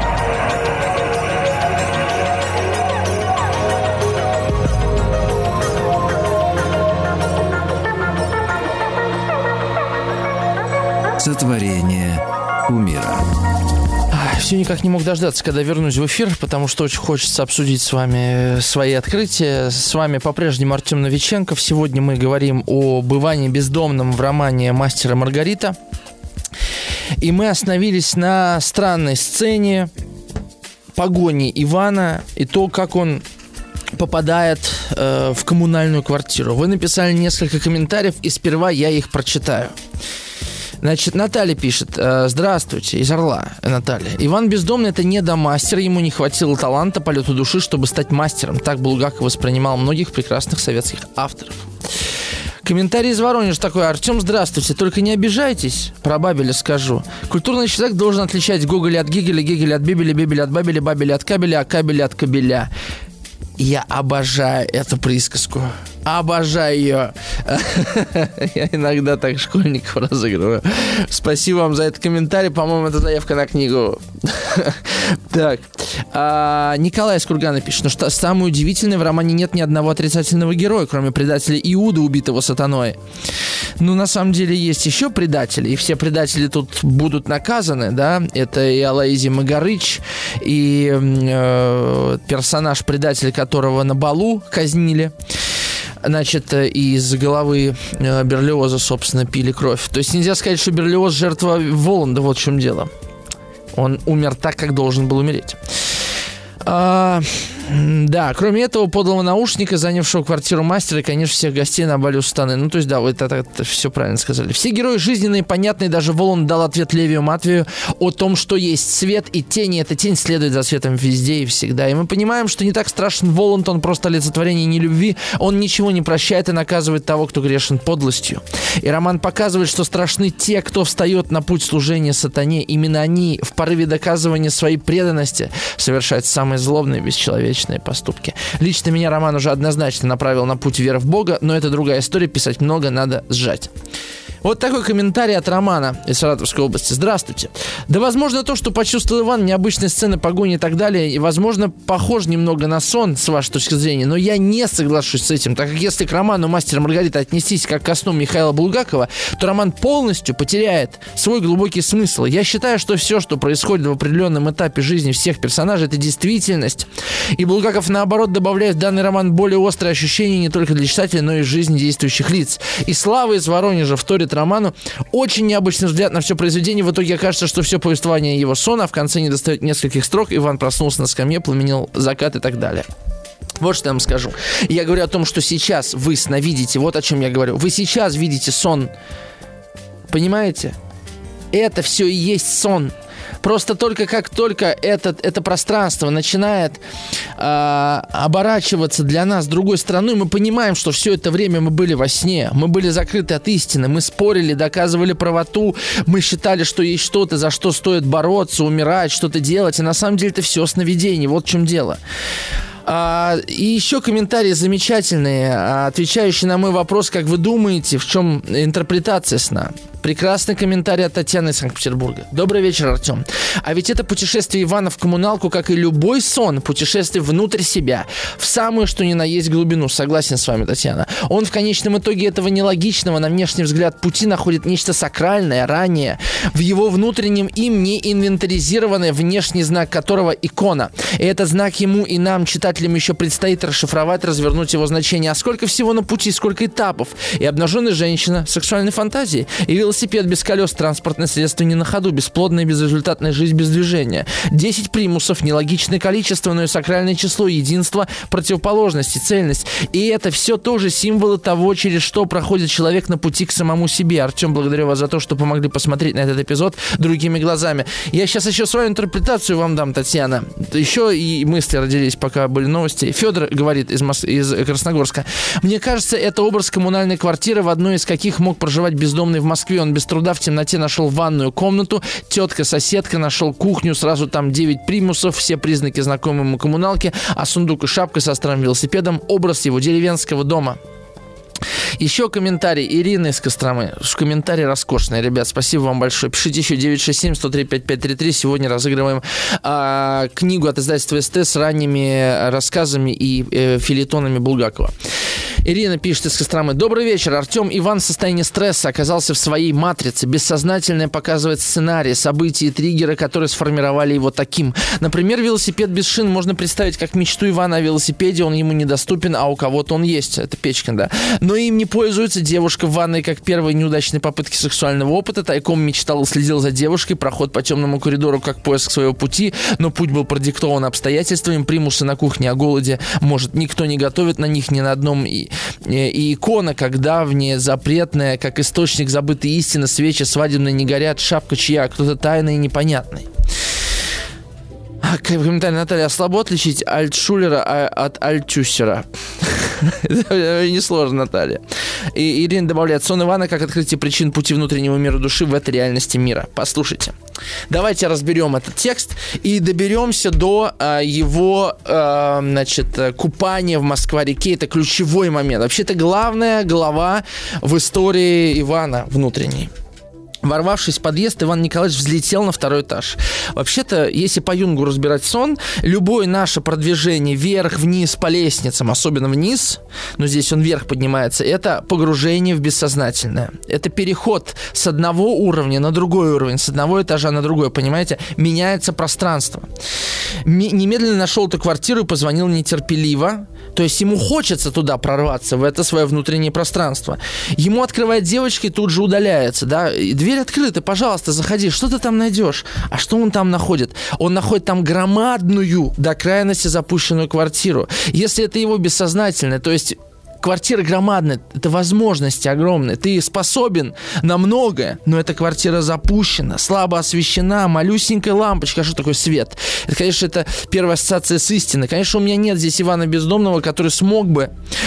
Сотворение кумира. Все никак не мог дождаться, когда вернусь в эфир, потому что очень хочется обсудить с вами свои открытия. С вами по-прежнему Артем Новиченков. Сегодня мы говорим об Иване Бездомном в романе «Мастер и Маргарита». И мы остановились на странной сцене погони Ивана и то, как он попадает в коммунальную квартиру. Вы написали несколько комментариев, и сперва я их прочитаю. Значит, Наталья пишет: здравствуйте, из Орла, Наталья. Иван Бездомный — это недомастер, ему не хватило таланта, полета души, чтобы стать мастером. Так Булгаков воспринимал многих прекрасных советских авторов. Комментарий из Воронежа такой: Артем, здравствуйте, только не обижайтесь, про Бабеля скажу. Культурный человек должен отличать Гоголя от Гегеля, Гегеля от Бибеля, Бибеля от Бабеля, Бабеля от Кабеля, а Кабеля от Кабеля. Я обожаю эту присказку. Обожаю ее. Я иногда так школьников разыгрываю. Спасибо вам за этот комментарий. По-моему, это заявка на книгу. Так. Николай из Кургана пишет, что самое удивительное, в романе нет ни одного отрицательного героя, кроме предателя Иуда, убитого сатаной. Ну, на самом деле, есть еще предатели, и все предатели тут будут наказаны, да? Это и Алоизий Магарыч, и персонаж, предатель которого на балу казнили. Значит, из головы Берлиоза, собственно, пили кровь. То есть нельзя сказать, что Берлиоз жертва Воланда, вот в чем дело. Он умер так, как должен был умереть. Да, кроме этого, подлого наушника, занявшего квартиру мастера, и, конечно, всех гостей на бале у Сатаны. Ну, то есть, да, вы это все правильно сказали. Все герои жизненные, понятные, даже Воланд дал ответ Левию Матвею о том, что есть свет и тень, и эта тень следует за светом везде и всегда. И мы понимаем, что не так страшен Воланд, он просто олицетворение нелюбви, он ничего не прощает и наказывает того, кто грешен подлостью. И роман показывает, что страшны те, кто встает на путь служения сатане. Именно они в порыве доказывания своей преданности совершают самые злобные, бесчеловечные поступки. Лично меня роман уже однозначно направил на путь веры в Бога, но это другая история, писать много надо сжать. Вот такой комментарий от Романа из Саратовской области. Здравствуйте. Да, возможно, то, что почувствовал Иван, необычные сцены погони и так далее, и, возможно, похож немного на сон, с вашей точки зрения, но я не соглашусь с этим, так как если к роману «Мастер и Маргарита» отнестись как ко сну Михаила Булгакова, то роман полностью потеряет свой глубокий смысл. Я считаю, что все, что происходит в определенном этапе жизни всех персонажей, это действительность. И Булгаков, наоборот, добавляет в данный роман более острые ощущения не только для читателя, но и жизни действующих лиц. И Слава из Воронежа вторит роману. Очень необычный взгляд на все произведение. В итоге окажется, что все повествование его сона, а в конце недостает нескольких строк. Иван проснулся на скамье, пламенел закат и так далее. Вот что я вам скажу. Я говорю о том, что сейчас вы сновидите. Вот о чем я говорю. Вы сейчас видите сон. Понимаете? Это все и есть сон. Просто только как только это пространство начинает оборачиваться для нас с другой стороной, мы понимаем, что все это время мы были во сне, мы были закрыты от истины, мы спорили, доказывали правоту, мы считали, что есть что-то, за что стоит бороться, умирать, что-то делать, и на самом деле это все сновидение, вот в чем дело. И еще комментарии замечательные, отвечающие на мой вопрос, как вы думаете, в чем интерпретация сна. Прекрасный комментарий от Татьяны из Санкт-Петербурга. Добрый вечер, Артем. А ведь это путешествие Ивана в коммуналку, как и любой сон, путешествие внутрь себя, в самую что ни на есть глубину. Согласен с вами, Татьяна. Он в конечном итоге этого нелогичного, на внешний взгляд, пути находит нечто сакральное, ранее. В его внутреннем им не инвентаризированное, внешний знак которого икона. И этот знак ему и нам, читателям, еще предстоит расшифровать, развернуть его значение. А сколько всего на пути, сколько этапов. И обнаженная женщина, сексуальной фантазии, и велосипед без колес, транспортное средство не на ходу, бесплодная, безрезультатная жизнь без движения. 10 примусов, нелогичное количество, но и сакральное число, единство, противоположность и цельность. И это все тоже символы того, через что проходит человек на пути к самому себе. Артем, благодарю вас за то, что помогли посмотреть на этот эпизод другими глазами. Я сейчас еще свою интерпретацию вам дам, Татьяна. Еще и мысли родились, пока были новости. Федор говорит из Красногорска. Мне кажется, это образ коммунальной квартиры, в одной из каких мог проживать бездомный в Москве. Он без труда в темноте нашел ванную комнату, тетка-соседка, нашел кухню, сразу там 9 примусов, все признаки знакомые ему коммуналки, а сундук и шапка со старым велосипедом — образ его деревенского дома. Еще комментарий Ирины из Костромы. Комментарий роскошный, ребят, спасибо вам большое. Пишите еще 967-103-5533. Сегодня разыгрываем книгу от издательства СТ с ранними рассказами и фельетонами Булгакова. Ирина пишет из Костромы. Добрый вечер. Артем. Иван в состоянии стресса оказался в своей матрице. Бессознательное показывает сценарии, события и триггеры, которые сформировали его таким. Например, велосипед без шин можно представить как мечту Ивана о велосипеде. Он ему недоступен, а у кого-то он есть. Это Печкин, да. Но им не пользуется. Девушка в ванной как первой неудачной попытки сексуального опыта. Тайком мечтал и следил за девушкой. Проход по темному коридору как поиск своего пути. Но путь был продиктован обстоятельствами. Примусы на кухне о голоде. Может, никто не готовит на них ни на одном. И икона, как давняя, запретная, как источник забытой истины, свечи свадебные не горят, шапка чья, кто-то тайный и непонятный. Комментарий Наталья. Слабо отличить альтшулера от альтюсера. Это несложно, Наталья. И Ирина добавляет. Сон Ивана как открытие причин пути внутреннего мира души в этой реальности мира. Послушайте. Давайте разберем этот текст и доберемся до его, купания в Москва-реке. Это ключевой момент. Вообще, это главная глава в истории Ивана внутренней. Ворвавшись в подъезд, Иван Николаевич взлетел на второй этаж. Вообще-то, если по Юнгу разбирать сон, любое наше продвижение вверх-вниз по лестницам, особенно вниз, но здесь он вверх поднимается, это погружение в бессознательное. Это переход с одного уровня на другой уровень, с одного этажа на другой, понимаете? Меняется пространство. Немедленно нашел эту квартиру и позвонил нетерпеливо. То есть ему хочется туда прорваться, в это свое внутреннее пространство. Ему открывает девочка и тут же удаляется, да. Дверь открыта, пожалуйста, заходи, что ты там найдешь? А что он там находит? Он находит там громадную, до крайности запущенную квартиру. Если это его бессознательное, то есть квартира громадная, это возможности огромные. Ты способен на многое, но эта квартира запущена, слабо освещена, малюсенькая лампочка. А что такое свет? Это, конечно, это первая ассоциация с истиной. Конечно, у меня нет здесь Ивана Бездомного, который смог бы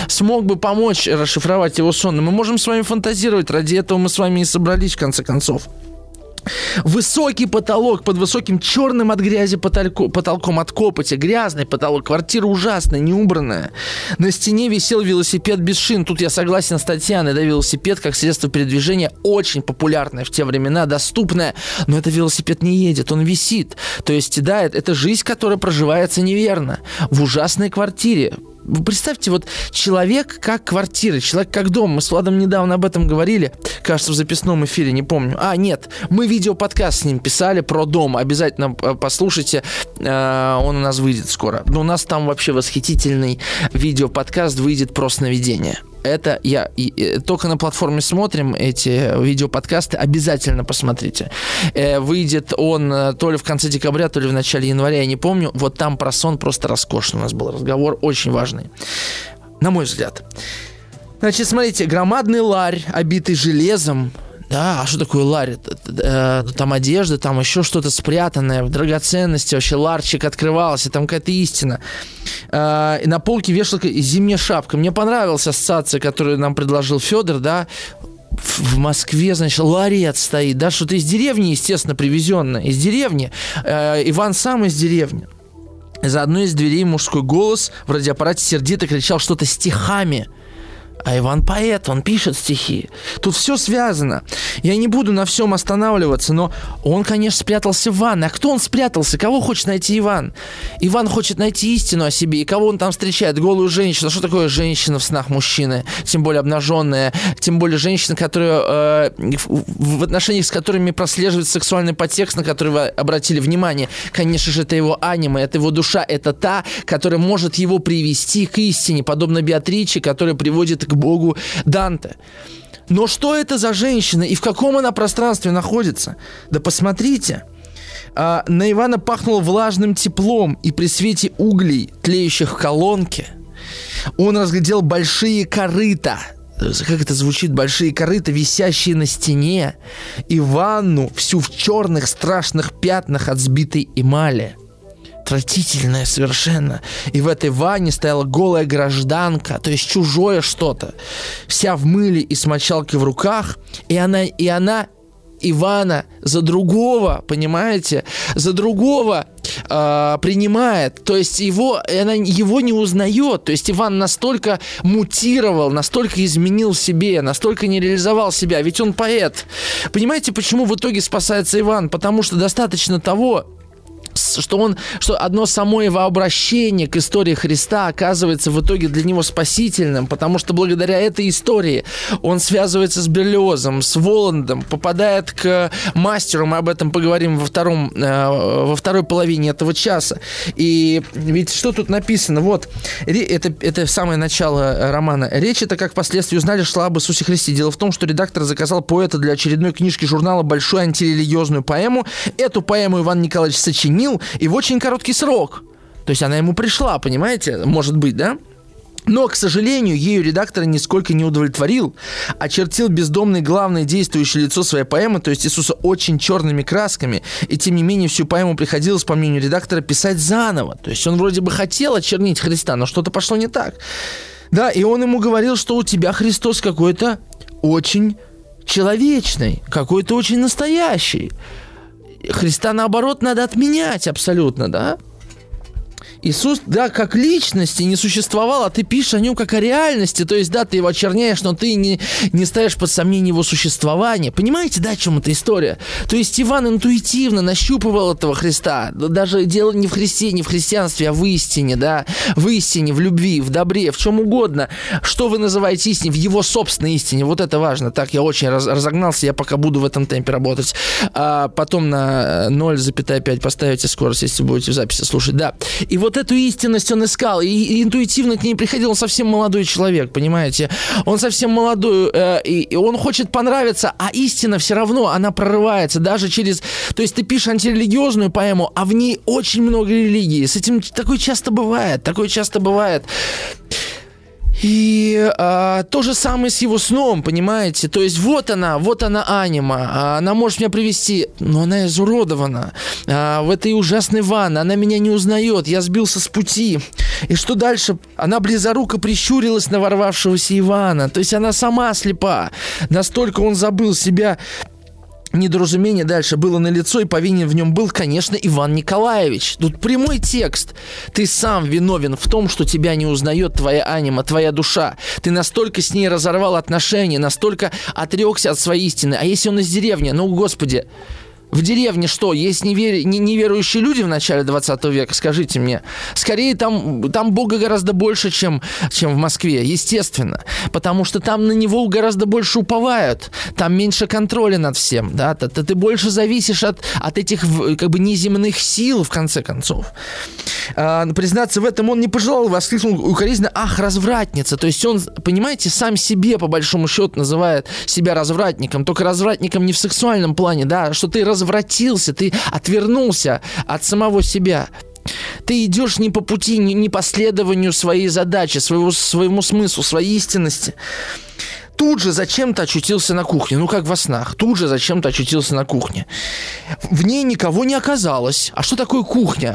помочь расшифровать его сон. Но мы можем с вами фантазировать. Ради этого мы с вами и собрались, в конце концов. Высокий потолок, под высоким черным от грязи потолком от копоти, грязный потолок, квартира ужасная, неубранная. На стене висел велосипед без шин. Тут я согласен с Татьяной, да, велосипед как средство передвижения очень популярное в те времена, доступное, но этот велосипед не едет, он висит. То есть, да, это жизнь, которая проживается неверно, в ужасной квартире. Вы представьте, вот человек как квартира, человек как дом. Мы с Владом недавно об этом говорили, кажется, в записном эфире, не помню. Нет, мы видеоподкаст с ним писали про дом. Обязательно послушайте, он у нас выйдет скоро. Но у нас там вообще восхитительный видеоподкаст выйдет про сновидение. Это только на платформе смотрим эти видеоподкасты, обязательно посмотрите. Выйдет он то ли в конце декабря, то ли в начале января, я не помню. Вот там про сон просто роскошно у нас был разговор, очень важный, на мой взгляд. Значит, смотрите, громадный ларь, обитый железом. Да, а что такое ларь? Там одежда, там еще что-то спрятанное, драгоценности, вообще ларчик открывался, там какая-то истина. И на полке вешалка и зимняя шапка. Мне понравилась ассоциация, которую нам предложил Федор, да. В Москве, значит, ларец стоит, да, что-то из деревни, естественно, привезенное. Из деревни. Иван сам из деревни. За одной из дверей мужской голос в радиоаппарате сердито кричал что-то стихами. А Иван поэт, он пишет стихи. Тут все связано. Я не буду на всем останавливаться, но он, конечно, спрятался в ванной. А кто он спрятался? Кого хочет найти Иван? Иван хочет найти истину о себе. И кого он там встречает? Голую женщину. Что такое женщина в снах мужчины? Тем более обнаженная. Тем более женщина, которая, в отношениях с которыми прослеживается сексуальный подтекст, на который вы обратили внимание. Конечно же, это его анима, это его душа. Это та, которая может его привести к истине, подобно Беатриче, которая приводит к Богу Данте. Но что это за женщина и в каком она пространстве находится? Да посмотрите. На Ивана пахнуло влажным теплом, и при свете углей, тлеющих в колонке, он разглядел большие корыта. Как это звучит? Большие корыта, висящие на стене, и ванну всю в черных страшных пятнах от сбитой эмали. Отвратительное совершенно. И в этой ванне стояла голая гражданка, то есть чужое что-то, вся в мыле и с мочалкой в руках, и она Ивана за другого, понимаете, за другого принимает, то есть она его не узнает, то есть Иван настолько мутировал, настолько изменил себе, настолько не реализовал себя, ведь он поэт. Понимаете, почему в итоге спасается Иван? Потому что достаточно того, что одно само его обращение к истории Христа оказывается в итоге для него спасительным, потому что благодаря этой истории он связывается с Берлиозом, с Воландом, попадает к мастеру, мы об этом поговорим во второй половине этого часа. И ведь что тут написано? Вот, это самое начало романа. Речь это, как впоследствии узнали, шла об Иисусе Христе. Дело в том, что редактор заказал поэта для очередной книжки журнала большую антирелигиозную поэму. Эту поэму Иван Николаевич сочинил, и в очень короткий срок. То есть она ему пришла, понимаете? Может быть, да? Но, к сожалению, ею редактора нисколько не удовлетворил. Очертил бездомное главное действующее лицо своей поэмы, то есть Иисуса, очень черными красками. И тем не менее всю поэму приходилось, по мнению редактора, писать заново. То есть он вроде бы хотел очернить Христа, но что-то пошло не так. Да, и он ему говорил, что у тебя Христос какой-то очень человечный, какой-то очень настоящий. Христа, наоборот, надо отменять абсолютно, да? Иисус, да, как личности не существовал, а ты пишешь о нем как о реальности. То есть, да, ты его очерняешь, но ты не ставишь под сомнение его существование. Понимаете, да, о чем эта история? То есть Иван интуитивно нащупывал этого Христа. Даже дело не в Христе, не в христианстве, а в истине, да? В истине, в любви, в добре, в чем угодно. Что вы называете истиной? В его собственной истине. Вот это важно. Так, я очень разогнался, я пока буду в этом темпе работать. А потом на 0,5 поставите скорость, если будете в записи слушать. Да. И вот эту истинность он искал, и интуитивно к ней приходил. Он совсем молодой человек, понимаете? Он совсем молодой, и он хочет понравиться, а истина все равно, она прорывается даже через... То есть ты пишешь антирелигиозную поэму, а в ней очень много религии. С этим такое часто бывает. И то же самое с его сном, понимаете? То есть вот она анима, она может меня привести, но она изуродована в этой ужасной ванне, она меня не узнает, я сбился с пути. И что дальше? Она близоруко прищурилась на ворвавшегося Ивана, то есть она сама слепа, настолько он забыл себя. Недоразумение дальше было налицо, и повинен в нем был, конечно, Иван Николаевич. Тут прямой текст. Ты сам виновен в том, что тебя не узнает твоя анима, твоя душа. Ты настолько с ней разорвал отношения, настолько отрекся от своей истины. А если он из деревни? Ну, Господи, в деревне что, есть неверующие люди в начале 20 века? Скажите мне. Скорее, там Бога гораздо больше, чем в Москве, естественно. Потому что там на него гораздо больше уповают. Там меньше контроля над всем. Да? Ты больше зависишь от этих как бы неземных сил, в конце концов. Признаться в этом он не пожелал, воскликнул укоризненно: «Ах, развратница!» То есть он, понимаете, сам себе, по большому счету, называет себя развратником. Только развратником не в сексуальном плане, да, что ты развратился, ты отвернулся от самого себя. Ты идешь не по пути, не по следованию своей задачи, своему смыслу, своей истинности. Тут же зачем-то очутился на кухне. Ну, как во снах. Тут же зачем-то очутился на кухне. В ней никого не оказалось. А что такое кухня?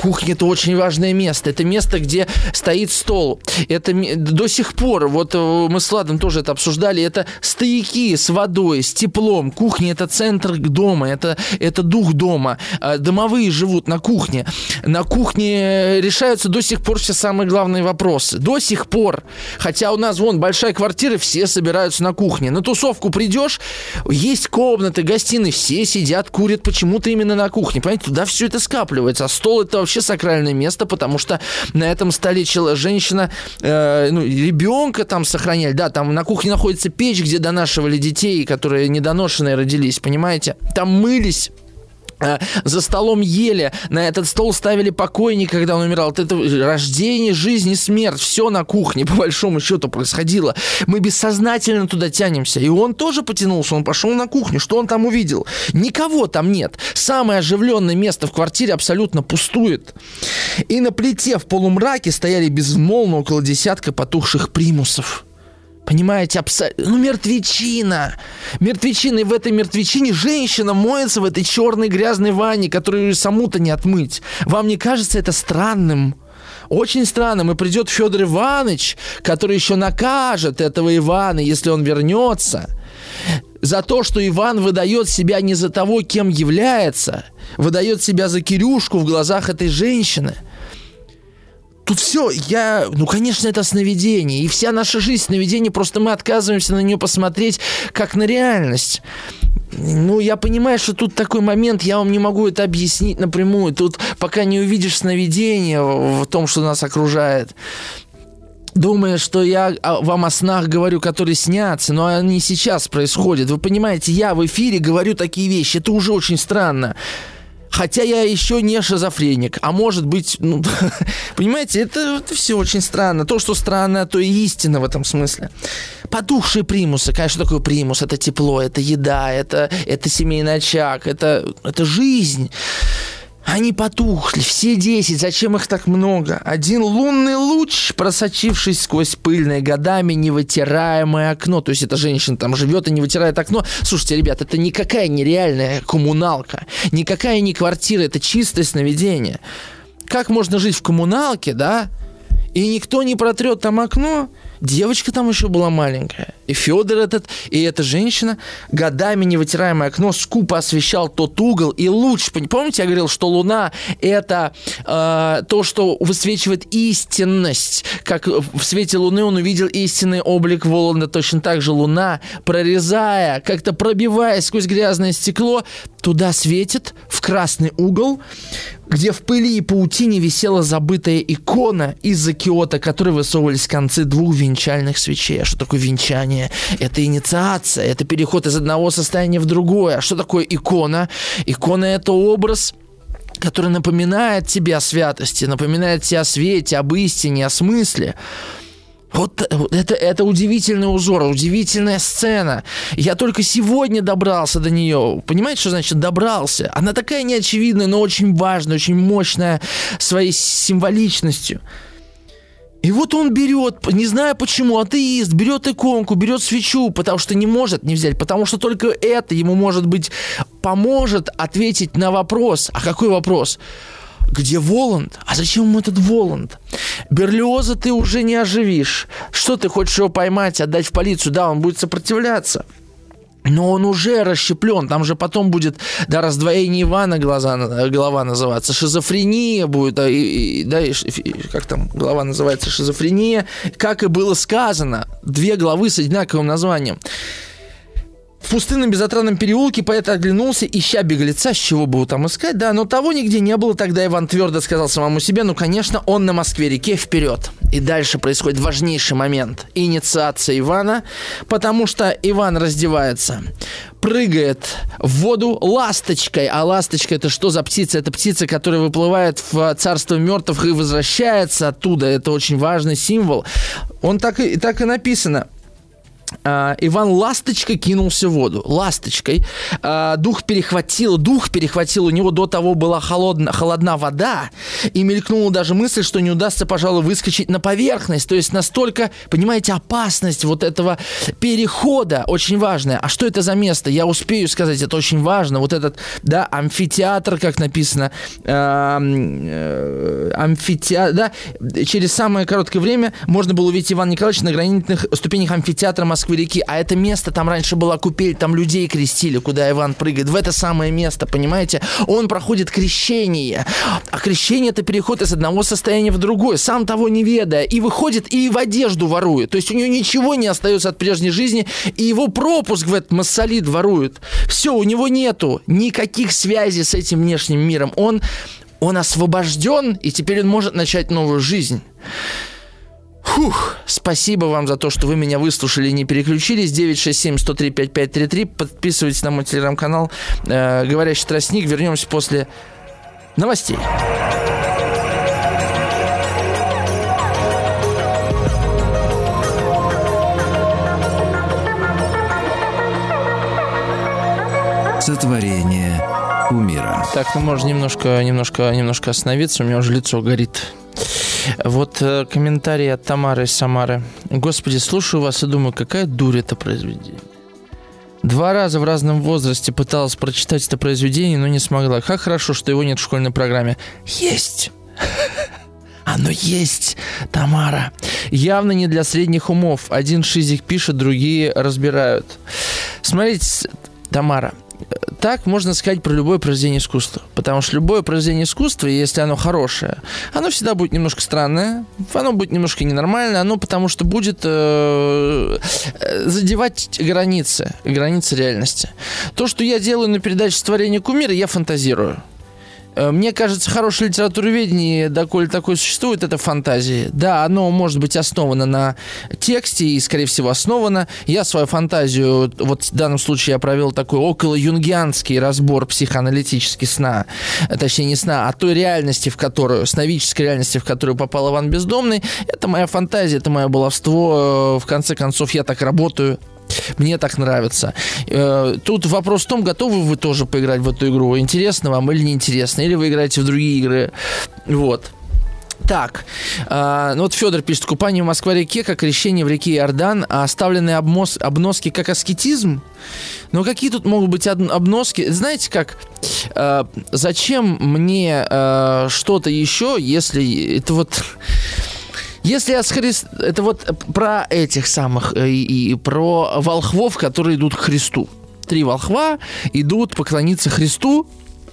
Кухня – это очень важное место. Это место, где стоит стол. Это до сих пор, вот мы с Владом тоже это обсуждали, это стояки с водой, с теплом. Кухня – это центр дома, это дух дома. Домовые живут на кухне. На кухне решаются до сих пор все самые главные вопросы. До сих пор. Хотя у нас вон большая квартира, все собираются на кухне. На тусовку придешь, есть комнаты, гостиные, все сидят, курят почему-то именно на кухне. Понимаете, туда все это скапливается. А стол – это вообще сакральное место, потому что на этом столе женщина, ребенка там сохраняли. Да, там на кухне находится печь, где донашивали детей, которые недоношенные родились, понимаете? Там мылись. За столом ели, на этот стол ставили покойника, когда он умирал. Вот это рождение, жизнь и смерть, все на кухне, по большому счету, происходило. Мы бессознательно туда тянемся. И он тоже потянулся, он пошел на кухню. Что он там увидел? Никого там нет. Самое оживленное место в квартире абсолютно пустует. И на плите в полумраке стояли безмолвно около десятка потухших примусов. Понимаете, мертвечина. Мертвечина, и в этой мертвечине женщина моется в этой черной грязной ванне, которую саму-то не отмыть. Вам не кажется это странным? Очень странным. И придет Федор Иванович, который еще накажет этого Ивана, если он вернется, за то, что Иван выдает себя не за того, кем является, выдает себя за Кирюшку в глазах этой женщины. Тут все, конечно, это сновидение. И вся наша жизнь сновидение, просто мы отказываемся на нее посмотреть как на реальность. Я понимаю, что тут такой момент, я вам не могу это объяснить напрямую. Тут пока не увидишь сновидение в том, что нас окружает. Думая, что я вам о снах говорю, которые снятся, но они сейчас происходят. Вы понимаете, я в эфире говорю такие вещи, это уже очень странно. Хотя я еще не шизофреник, а может быть, понимаете, это все очень странно. То, что странно, то и истина в этом смысле. Потухшие примусы, конечно, что такое примус? Это тепло, это еда, это семейный очаг, это жизнь. Они потухли, все 10, зачем их так много? Один лунный луч, просочившись сквозь пыльное годами невытираемое окно. То есть эта женщина там живет и не вытирает окно. Слушайте, ребят, это никакая нереальная коммуналка, никакая не квартира, это чистое сновидение. Как можно жить в коммуналке, да? И никто не протрет там окно? Девочка там еще была маленькая. И Федор этот, и эта женщина годами невытираемое окно скупо освещал тот угол и луч. Помните, я говорил, что Луна – это то, что высвечивает истинность. Как в свете Луны он увидел истинный облик Воланда. Точно так же Луна, прорезая, как-то пробиваясь сквозь грязное стекло, туда светит в красный угол, где в пыли и паутине висела забытая икона из-за киота, которой высовывались концы двух венчальных свечей. А что такое венчание? Это инициация, это переход из одного состояния в другое. А что такое икона? Икона – это образ, который напоминает тебе о святости, напоминает тебе о свете, об истине, о смысле. Вот это удивительный узор, удивительная сцена. Я только сегодня добрался до нее. Понимаете, что значит добрался? Она такая неочевидная, но очень важная, очень мощная своей символичностью. И вот он берет, не знаю почему, атеист, берет иконку, берет свечу, потому что не может не взять, потому что только это ему, может быть, поможет ответить на вопрос. А какой вопрос? Где Воланд? А зачем ему этот Воланд? Берлиоза ты уже не оживишь. Что ты хочешь его поймать, отдать в полицию? Да, он будет сопротивляться. Но он уже расщеплен, там же потом будет, раздвоение Ивана голова называться, шизофрения будет, как там голова называется, шизофрения, как и было сказано, 2 главы с одинаковым названием. В пустынном безотрадном переулке поэт оглянулся, ища беглеца, с чего бы его там искать, но того нигде не было. Тогда Иван твердо сказал самому себе, конечно, он на Москве-реке, вперед. И дальше происходит важнейший момент. Инициация Ивана, потому что Иван раздевается, прыгает в воду ласточкой. А ласточка — это что за птица? Это птица, которая выплывает в царство мертвых и возвращается оттуда. Это очень важный символ. Он так и написано. Иван ласточкой кинулся в воду. Ласточкой. Дух перехватил. У него до того была холодна вода. И мелькнула даже мысль, что не удастся, пожалуй, выскочить на поверхность. То есть настолько, понимаете, опасность вот этого перехода очень важная. А что это за место? Я успею сказать, это очень важно. Вот этот, да, амфитеатр, как написано. Амфитеатр, да. Через самое короткое время можно было увидеть Ивана Николаевича на гранитных ступенях амфитеатра Москвы-реки, а это место, там раньше была купель, там людей крестили, куда Иван прыгает, в это самое место, понимаете? Он проходит крещение, а крещение — это переход из одного состояния в другое, сам того не ведая, и выходит, и в одежду ворует, то есть у него ничего не остается от прежней жизни, и его пропуск в этот массолит ворует. Все, у него нету никаких связей с этим внешним миром, он освобожден, и теперь он может начать новую жизнь. Спасибо вам за то, что вы меня выслушали и не переключились. 967-103-5533. Подписывайтесь на мой телеграм-канал «Говорящий тростник». Вернемся после новостей. Сотворение кумира. Так, ну можно немножко остановиться. У меня уже лицо горит. Вот комментарий от Тамары из Самары. Господи, слушаю вас и думаю, какая дурь это произведение. 2 раза в разном возрасте пыталась прочитать это произведение, но не смогла. Как хорошо, что его нет в школьной программе. Есть! Оно есть, Тамара. Явно не для средних умов. Один шизик пишет, другие разбирают. Смотрите, Тамара, так можно сказать про любое произведение искусства. Потому что любое произведение искусства, если оно хорошее, оно всегда будет немножко странное, оно будет немножко ненормальное, оно потому что будет задевать границы реальности. То, что я делаю на передаче «Сотворение кумира», я фантазирую. Мне кажется, хорошее литературоведение, доколе такое существует, это фантазии. Да, оно может быть основано на тексте и, скорее всего, основано. Я свою фантазию, вот в данном случае я провел такой около-юнгианский разбор психоаналитический сна. Точнее, не сна, а той реальности, сновидческой реальности, в которую попал Иван Бездомный. Это моя фантазия, это мое баловство. В конце концов, я так работаю. Мне так нравится. Тут вопрос в том, готовы вы тоже поиграть в эту игру. Интересно вам или неинтересно. Или вы играете в другие игры. Вот. Так, ну вот Федор пишет: купание в Москва-реке, как крещение в реке Иордан, а оставленные обноски как аскетизм. Но какие тут могут быть обноски? Знаете как, зачем мне что-то еще, если это вот... Если это вот про этих самых и про волхвов, которые идут к Христу. 3 волхва идут поклониться Христу.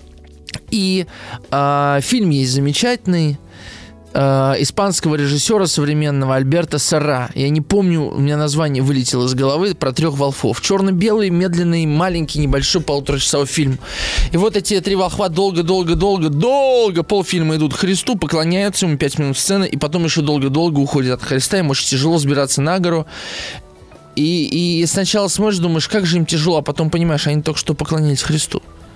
И фильм есть замечательный испанского режиссера современного Альберто Сарра. Я не помню, у меня название вылетело из головы, про 3 волхвов. Черно-белый, медленный, маленький, небольшой, 1,5-часовой фильм. И вот эти 3 волхва долго полфильма идут к Христу, поклоняются ему, 5 минут сцены, и потом еще долго-долго уходят от Христа, им очень тяжело сбираться на гору. И сначала смотришь, думаешь, как же им тяжело, а потом понимаешь, они только что поклонились Христу.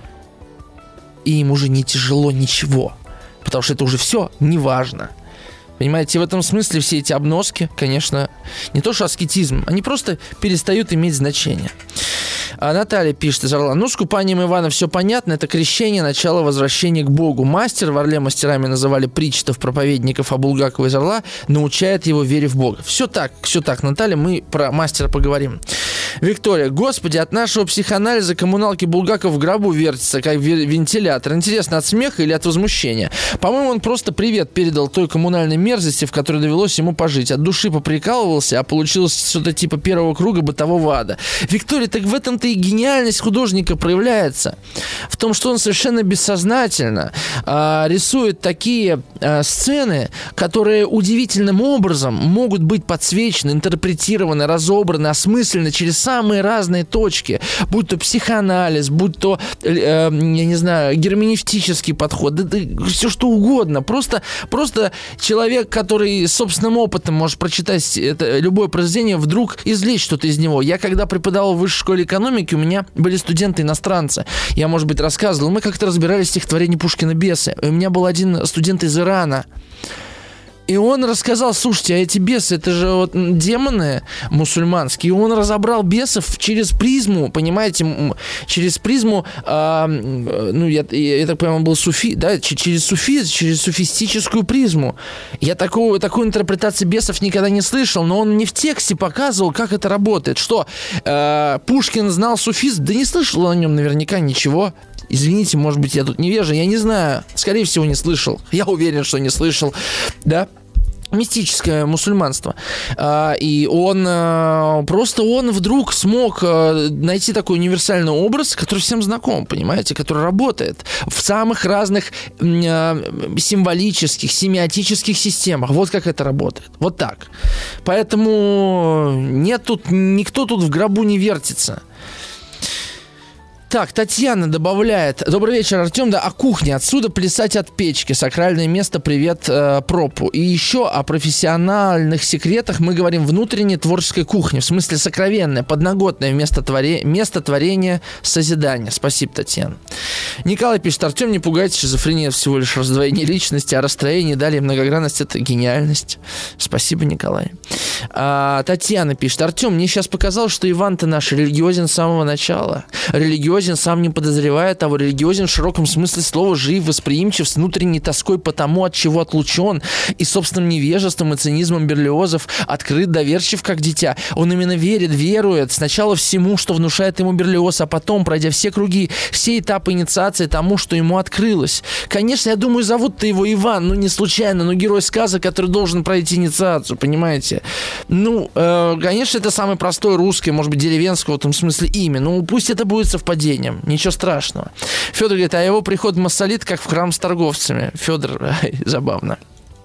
И им уже не тяжело ничего. Потому что это уже все неважно. Понимаете, в этом смысле все эти обноски, конечно, не то что аскетизм, они просто перестают иметь значение. А Наталья пишет из Орла: ну, с купанием Ивана все понятно, это крещение, начало возвращения к Богу. Мастер, в Орле мастерами называли причтов, проповедников, а Булгакова из Орла научает его вере в Бога. Все так, Наталья, мы про мастера поговорим. Виктория: господи, от нашего психоанализа коммуналки Булгаков в гробу вертится, как вентилятор. Интересно, от смеха или от возмущения? По-моему, он просто привет передал той коммунальной мерзости, в которой довелось ему пожить. От души поприкалывался, а получилось что-то типа 1-го круга бытового ада. Виктория, так в этом-то и гениальность художника проявляется. В том, что он совершенно бессознательно рисует такие сцены, которые удивительным образом могут быть подсвечены, интерпретированы, разобраны, осмыслены через самые разные точки. Будь то психоанализ, будь то, я не знаю, герменевтический подход, да все что угодно. Просто человек, который собственным опытом может прочитать любое произведение, вдруг извлечь что-то из него. Я когда преподавал в высшей школе экономики, у меня были студенты-иностранцы. Я, может быть, рассказывал. Мы как-то разбирали стихотворение Пушкина «Бесы». У меня был один студент из Ирана. И он рассказал, слушайте, а эти бесы, это же вот демоны мусульманские. И он разобрал бесов через призму, понимаете, через призму, я так понимаю, он был суфи, да, через суфистическую призму. Я такой интерпретации бесов никогда не слышал, но он мне в тексте показывал, как это работает. Что, Пушкин знал суфизм? Да не слышал о нем наверняка ничего. Извините, может быть, я тут невежа, я не знаю. Скорее всего, не слышал. Я уверен, что не слышал. Да? Мистическое мусульманство. И он вдруг смог найти такой универсальный образ, который всем знаком, понимаете, который работает в самых разных символических, семиотических системах. Вот как это работает. Вот так. Поэтому никто тут в гробу не вертится. Так, Татьяна добавляет. Добрый вечер, Артем. Да, о кухне. Отсюда плясать от печки. Сакральное место. Привет, пропу. И еще о профессиональных секретах мы говорим внутренней творческой кухне. В смысле сокровенное, подноготное место творения, созидания. Спасибо, Татьяна. Николай пишет. Артем, не пугайтесь, шизофрения всего лишь раздвоение личности, а расстроение, далее многогранность — это гениальность. Спасибо, Николай. Татьяна пишет. Артем, мне сейчас показалось, что Иван-то наш религиозен с самого начала. Религиозен сам не подозревая того, религиозен в широком смысле слова, жив, восприимчив, с внутренней тоской по тому, от чего отлучен, и собственным невежеством и цинизмом Берлиозов, открыт, доверчив, как дитя. Он именно верует сначала всему, что внушает ему Берлиоз, а потом, пройдя все круги, все этапы инициации тому, что ему открылось. Конечно, я думаю, зовут-то его Иван, не случайно, герой сказок, который должен пройти инициацию, понимаете? Конечно, это самое простое русское, может быть, деревенское в этом смысле имя, пусть это будет совпадением. Ничего страшного. Федор говорит, а его приход в Массолит как в храм с торговцами. Федор, забавно.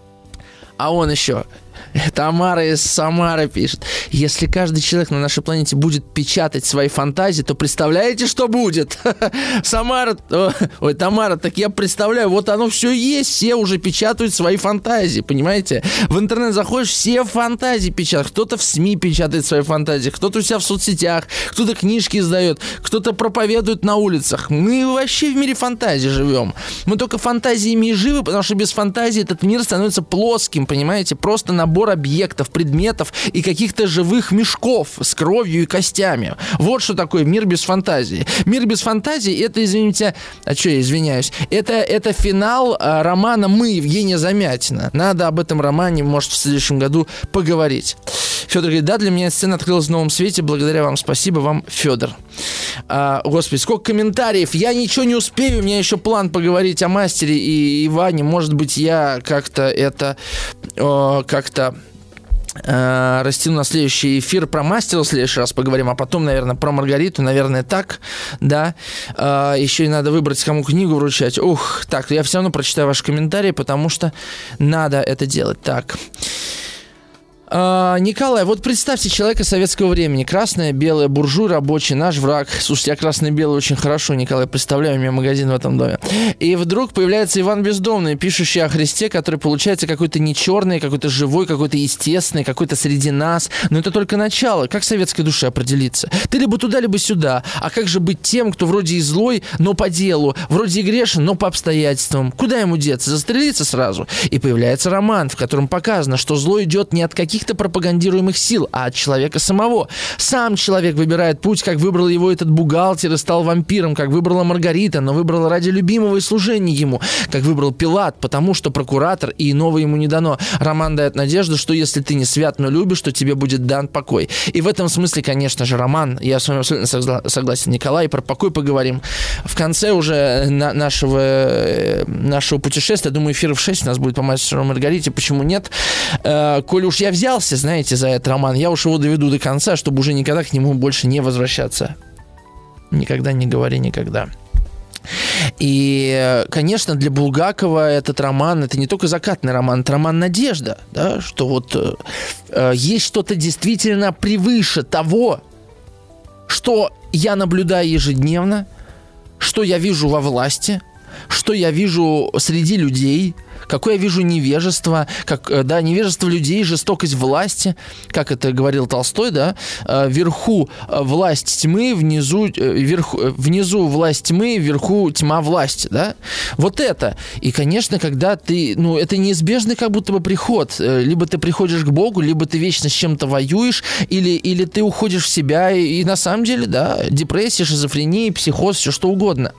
А он еще... Тамара из Самары пишет. Если каждый человек на нашей планете будет печатать свои фантазии, то представляете, что будет? Тамара, так я представляю, вот оно все есть, все уже печатают свои фантазии, понимаете? В интернет заходишь, все фантазии печатают. Кто-то в СМИ печатает свои фантазии, кто-то у себя в соцсетях, кто-то книжки издает, кто-то проповедует на улицах. Мы вообще в мире фантазии живем. Мы только фантазиями и живы, потому что без фантазии этот мир становится плоским, понимаете? Просто набор объектов, предметов и каких-то живых мешков с кровью и костями. Вот что такое мир без фантазии. Мир без фантазии — это, извините, я извиняюсь, это финал романа «Мы» Евгения Замятина. Надо об этом романе, может, в следующем году поговорить. Федор говорит, да, для меня сцена открылась в новом свете, благодаря вам. Спасибо вам, Федор. Господи, сколько комментариев. Я ничего не успею, у меня еще план поговорить о мастере и Иване. Может быть, я как-то растяну на следующий эфир про мастера в следующий раз поговорим, а потом, наверное, про Маргариту, наверное, так, да. Еще и надо выбрать, кому книгу вручать. Так, я все равно прочитаю ваши комментарии, потому что надо это делать. Так. Николай, вот представьте человека советского времени. Красное, белое, буржуй, рабочий, наш враг. Слушайте, я красное-белое очень хорошо, Николай, представляю, у меня магазин в этом доме. И вдруг появляется Иван Бездомный, пишущий о Христе, который получается какой-то не черный, какой-то живой, какой-то естественный, какой-то среди нас. Но это только начало. Как советской душе определиться? Ты либо туда, либо сюда. А как же быть тем, кто вроде и злой, но по делу, вроде и грешен, но по обстоятельствам? Куда ему деться? Застрелиться сразу? И появляется роман, в котором показано, что зло идет не от каких-то пропагандируемых сил, а от человека самого. Сам человек выбирает путь, как выбрал его этот бухгалтер и стал вампиром, как выбрала Маргарита, но выбрала ради любимого и служения ему, как выбрал Пилат, потому что прокуратор и иного ему не дано. Роман дает надежду, что если ты не свят, но любишь, то тебе будет дан покой. И в этом смысле, конечно же, роман, я с вами абсолютно согласен, Николай, про покой поговорим в конце уже нашего путешествия. Думаю, эфиров 6 у нас будет по мастеру Маргарите, почему нет? Коли уж я взялся, знаете, за этот роман, я уж его доведу до конца, чтобы уже никогда к нему больше не возвращаться. Никогда не говори никогда. И, конечно, для Булгакова этот роман, это не только закатный роман, это роман «Надежда», да, что вот есть что-то действительно превыше того, что я наблюдаю ежедневно, что я вижу во власти, что я вижу среди людей, какое я вижу невежество, невежество людей, жестокость власти, как это говорил Толстой, да, вверху власть тьмы, внизу власть тьмы, вверху тьма власти, да, вот это. И, конечно, когда ты, это неизбежный как будто бы приход, либо ты приходишь к Богу, либо ты вечно с чем-то воюешь, или ты уходишь в себя, и на самом деле, да, депрессия, шизофрения, психоз, все что угодно.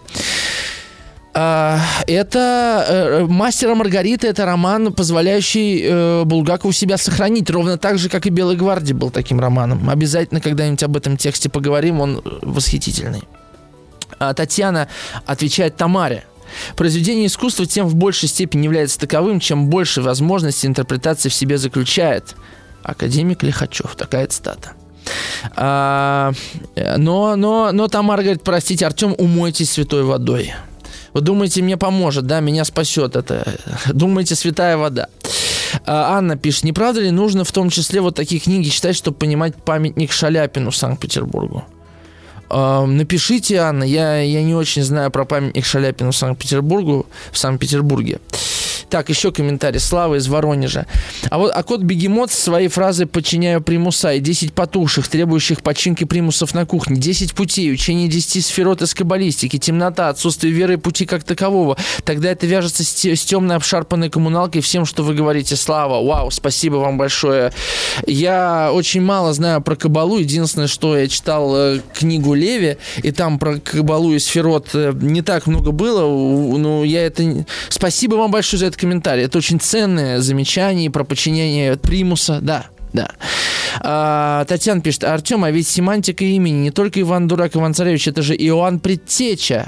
Это «Мастер и Маргарита», это роман, позволяющий Булгакову себя сохранить, ровно так же, как и «Белая гвардия» был таким романом. Обязательно когда-нибудь об этом тексте поговорим, он восхитительный. Татьяна отвечает Тамаре. Произведение искусства тем в большей степени является таковым, чем больше возможностей интерпретации в себе заключает. Академик Лихачев, такая цитата. Но Тамара говорит: простите, Артем, умойтесь святой водой. Вы думаете, мне поможет, да, меня спасет это? Думаете, святая вода? Анна пишет: не правда ли нужно в том числе вот такие книги читать, чтобы понимать памятник Шаляпину в Санкт-Петербургу? Напишите, Анна, я не очень знаю про памятник Шаляпину в Санкт-Петербурге. Так, еще комментарий. Слава из Воронежа. А кот-бегемот своей фразой «подчиняю примуса» и 10 потухших, требующих починки примусов на кухне, 10 путей, учение 10 сферот из каббалистики, темнота, отсутствие веры и пути как такового. Тогда это вяжется с темной обшарпанной коммуналкой всем, что вы говорите. Слава, вау, спасибо вам большое. Я очень мало знаю про каббалу. Единственное, что я читал книгу Леви, и там про каббалу и сферот не так много было. Но Спасибо вам большое за это комментарий. Это очень ценное замечание про подчинение примуса. Да. Татьяна пишет: Артем, а ведь семантика имени не только Иван Дурак, Иван Царевич, это же Иоанн Предтеча.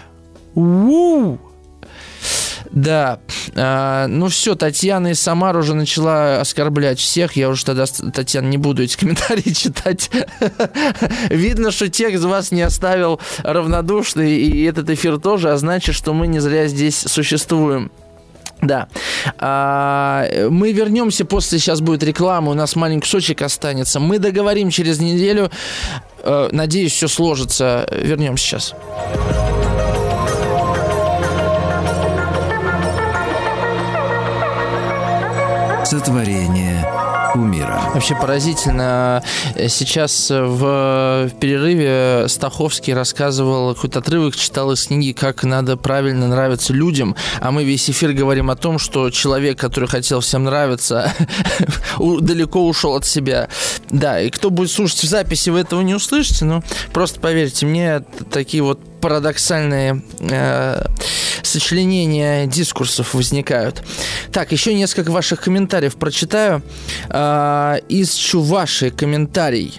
Да. Все, Татьяна из Самары уже начала оскорблять всех. Я уже тогда, Татьяна, не буду эти комментарии читать. Видно, что текст вас не оставил равнодушный, и этот эфир тоже, а значит, что мы не зря здесь существуем. Да. Мы вернемся после, сейчас будет реклама, у нас маленький кусочек останется. Мы договорим через неделю. Надеюсь, все сложится. Вернемся сейчас. Сотворение кумира. Вообще поразительно. Сейчас в перерыве Стаховский рассказывал, какой-то отрывок читал из книги, как надо правильно нравиться людям, а мы весь эфир говорим о том, что человек, который хотел всем нравиться, далеко ушел от себя. Да, и кто будет слушать в записи, вы этого не услышите, но просто поверьте мне, такие вот парадоксальные сочленения дискурсов возникают. Так, еще несколько ваших комментариев прочитаю. Из Чувашии комментарий.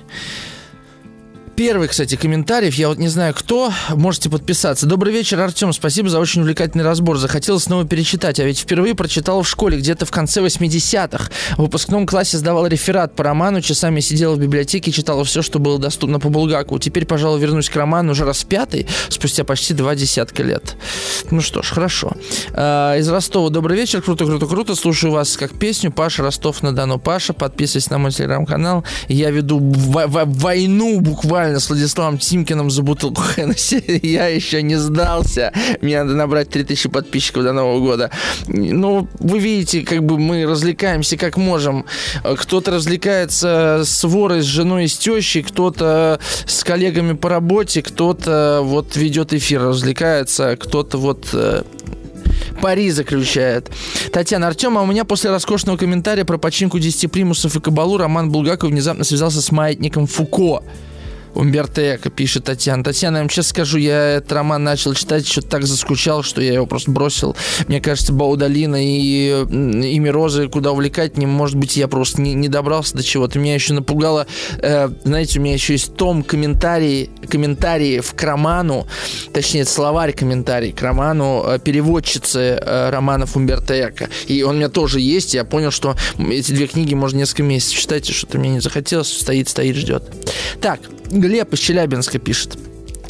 Первый, кстати, комментарий, я вот не знаю кто, можете подписаться. Добрый вечер, Артем, спасибо за очень увлекательный разбор. Захотелось снова перечитать, а ведь впервые прочитал в школе, где-то в конце 80-х. В выпускном классе сдавал реферат по роману, часами сидел в библиотеке, читал все, что было доступно по Булгакову. Теперь, пожалуй, вернусь к роману уже раз пятый, спустя почти 20 лет. Ну что ж, хорошо. Из Ростова. Добрый вечер, круто. Слушаю вас как песню. Паша, Ростов-на-Дону. Паша, подписывайтесь на мой телеграм-канал. Я веду войну буквально с Владиславом Тимкиным за бутылку Хеннесси. Я еще не сдался. Мне надо набрать 3000 подписчиков до Нового года. Ну, вы видите, как бы мы развлекаемся как можем. Кто-то развлекается с ворой, с женой и с тещей, кто-то с коллегами по работе, кто-то вот ведет эфир, развлекается, кто-то вот... пари заключает. Татьяна: Артем, а у меня после роскошного комментария про починку 10 примусов и кабалу роман Булгакова внезапно связался с маятником Фуко. Умберто Эко, пишет Татьяна. Татьяна, я вам честно скажу, я этот роман начал читать, что-то так заскучал, что я его просто бросил. Мне кажется, Баудалина и Имя Розы куда увлекательнее. Может быть, я просто не добрался до чего-то. Меня еще напугало, знаете, у меня еще есть том комментариев к роману, точнее, словарь комментарий к роману переводчицы романов Умберто Эко. И он у меня тоже есть. Я понял, что эти две книги можно несколько месяцев читать, и что-то мне не захотелось. Стоит, ждет. Так, Глеб из Челябинска пишет.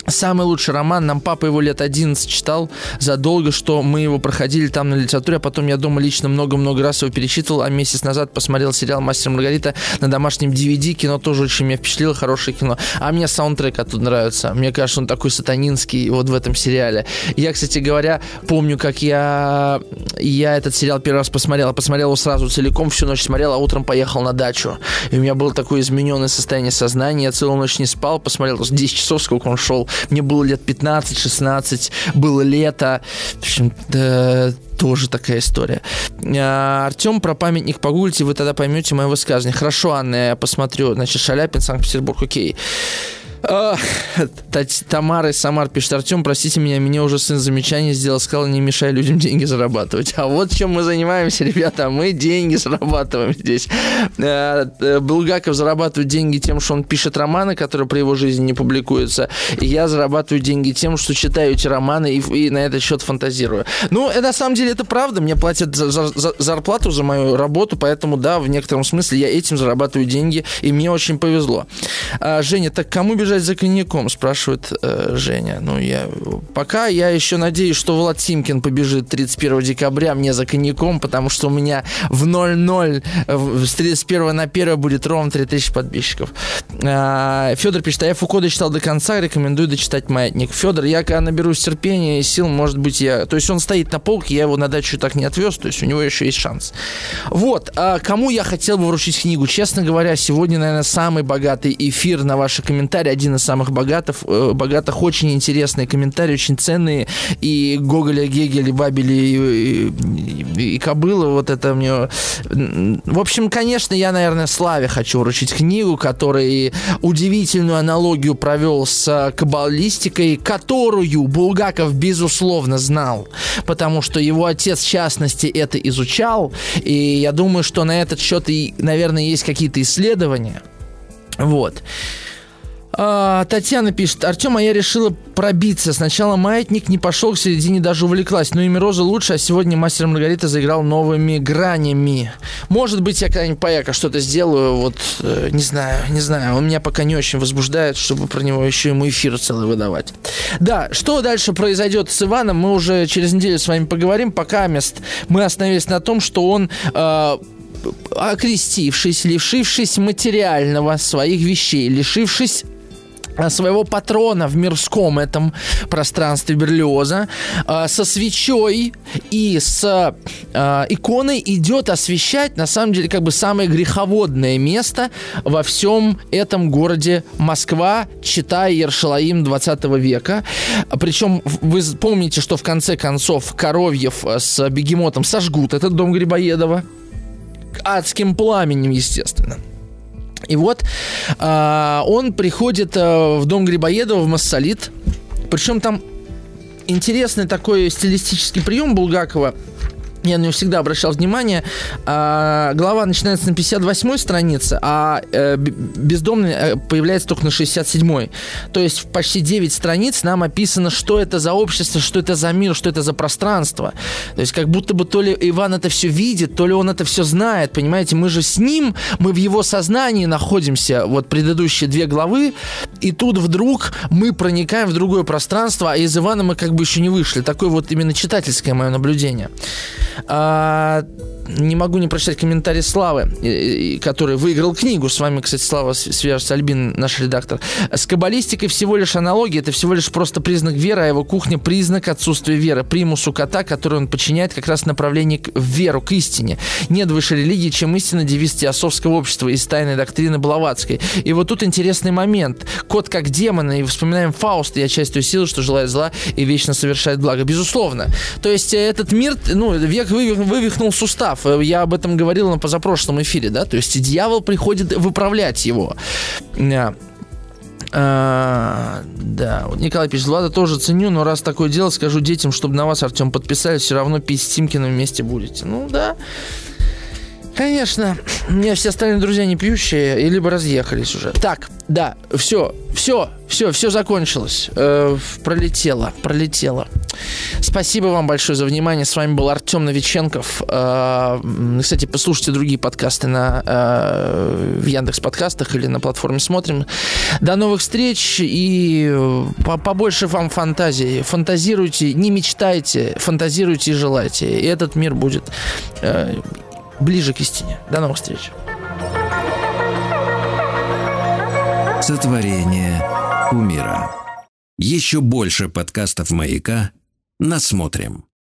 Самый лучший роман. Нам папа его лет 11 читал задолго, что мы его проходили там на литературе, а потом я дома лично много-много раз его перечитывал, а месяц назад посмотрел сериал «Мастер и Маргарита» на домашнем DVD. Кино тоже очень меня впечатлило, хорошее кино. А мне саундтрек оттуда нравится. Мне кажется, он такой сатанинский вот в этом сериале. Я, кстати говоря, помню, как я этот сериал первый раз посмотрел его сразу целиком, всю ночь смотрел, а утром поехал на дачу. И у меня было такое измененное состояние сознания, я целую ночь не спал, посмотрел 10 часов, сколько он шел. Мне было лет 15-16, было лето. В общем, да, тоже такая история. Артем, про памятник погуглите, вы тогда поймете мое высказывание. Хорошо, Анна, я посмотрю. Значит, Шаляпин, Санкт-Петербург, окей. Тамара из Самар пишет: Артем, простите меня, мне уже сын замечание сделал, сказал, не мешай людям деньги зарабатывать. А вот чем мы занимаемся, ребята, мы деньги зарабатываем здесь. Булгаков зарабатывает деньги тем, что он пишет романы, которые при его жизни не публикуются, и я зарабатываю деньги тем, что читаю эти романы и на этот счет фантазирую. Ну, на самом деле это правда, мне платят зарплату за мою работу, поэтому да, в некотором смысле я этим зарабатываю деньги, и мне очень повезло. Женя, так кому бежать за коньяком, спрашивает Женя. Ну, пока я еще надеюсь, что Влад Тимкин побежит 31 декабря мне за коньяком, потому что у меня в 0-0 с 31 на 1 будет ровно 3000 подписчиков. Федор пишет: а я Фуко дочитал до конца, рекомендую дочитать «Маятник». Федор, я когда наберусь терпения и сил, может быть, То есть он стоит на полке, я его на дачу так не отвез, то есть у него еще есть шанс. Вот. А кому я хотел бы вручить книгу? Честно говоря, сегодня, наверное, самый богатый эфир на ваши комментарии, один из самых богатых, очень интересные комментарии, очень ценные, и Гоголя, Гегеля, Бабеля и Кобыла, вот это мне... В общем, конечно, я, наверное, Славе хочу вручить книгу, который удивительную аналогию провел с каббалистикой, которую Булгаков, безусловно, знал, потому что его отец, в частности, это изучал, и я думаю, что на этот счет, наверное, есть какие-то исследования. Вот. Татьяна пишет: Артем, а я решила пробиться. Сначала «Маятник», не пошел, к середине даже увлеклась. Но «Имя Розы» лучше, а сегодня «Мастер и Маргарита» заиграл новыми гранями. Может быть, я когда-нибудь пояка что-то сделаю, вот, не знаю. Он меня пока не очень возбуждает, чтобы про него еще ему эфир целый выдавать. Да, что дальше произойдет с Иваном, мы уже через неделю с вами поговорим. Пока мы остановились на том, что он... окрестившись, лишившись материального своих вещей, лишившись своего патрона в мирском этом пространстве Берлиоза, со свечой и с иконой идет освещать, на самом деле, как бы самое греховодное место во всем этом городе Москва, Чита и Ершалаим 20 века. Причем вы помните, что в конце концов Коровьев с Бегемотом сожгут этот дом Грибоедова адским пламенем, естественно. И вот он приходит в дом Грибоедова, в Массолит. Причем там интересный такой стилистический прием Булгакова. Я на него всегда обращал внимание. Глава начинается на 58-й странице, а бездомный появляется только на 67-й. То есть в почти 9 страниц нам описано, что это за общество, что это за мир, что это за пространство. То есть как будто бы то ли Иван это все видит, то ли он это все знает. Понимаете, мы же с ним, мы в его сознании находимся, вот предыдущие 2 главы, и тут вдруг мы проникаем в другое пространство, а из Ивана мы как бы еще не вышли. Такое вот именно читательское мое наблюдение. Не могу не прочитать комментарий Славы, который выиграл книгу. С вами, кстати, Слава свяжется, Альбин, наш редактор. С каббалистикой всего лишь аналогия. Это всего лишь просто признак веры, а его кухня — признак отсутствия веры. Примусу кота, который он подчиняет как раз направление в веру, к истине. Нет выше религии, чем истина, девиз теософского общества из тайной доктрины Блаватской. И вот тут интересный момент. Кот как демон, и вспоминаем Фауста: «Я часть той силы, что желает зла и вечно совершает благо». Безусловно. То есть этот мир, век вывихнул сустав. Я об этом говорил на позапрошлом эфире, да, то есть дьявол приходит выправлять его. Да, вот Николай пишет: Влада тоже ценю, но раз такое дело, скажу детям, чтобы на вас, Артем, подписались, все равно пить с Тимкиным вместе будете. Ну да. Конечно, у меня все остальные друзья не пьющие, и либо разъехались уже. Так, да, все закончилось. Пролетело. Спасибо вам большое за внимание. С вами был Артем Новиченков. Кстати, послушайте другие подкасты в Яндекс.Подкастах или на платформе «Смотрим». До новых встреч и побольше вам фантазии. Фантазируйте, не мечтайте, фантазируйте и желайте. И этот мир будет ближе к истине. До новых встреч. Сотворение кумира. Еще больше подкастов «Маяка» насмотрим.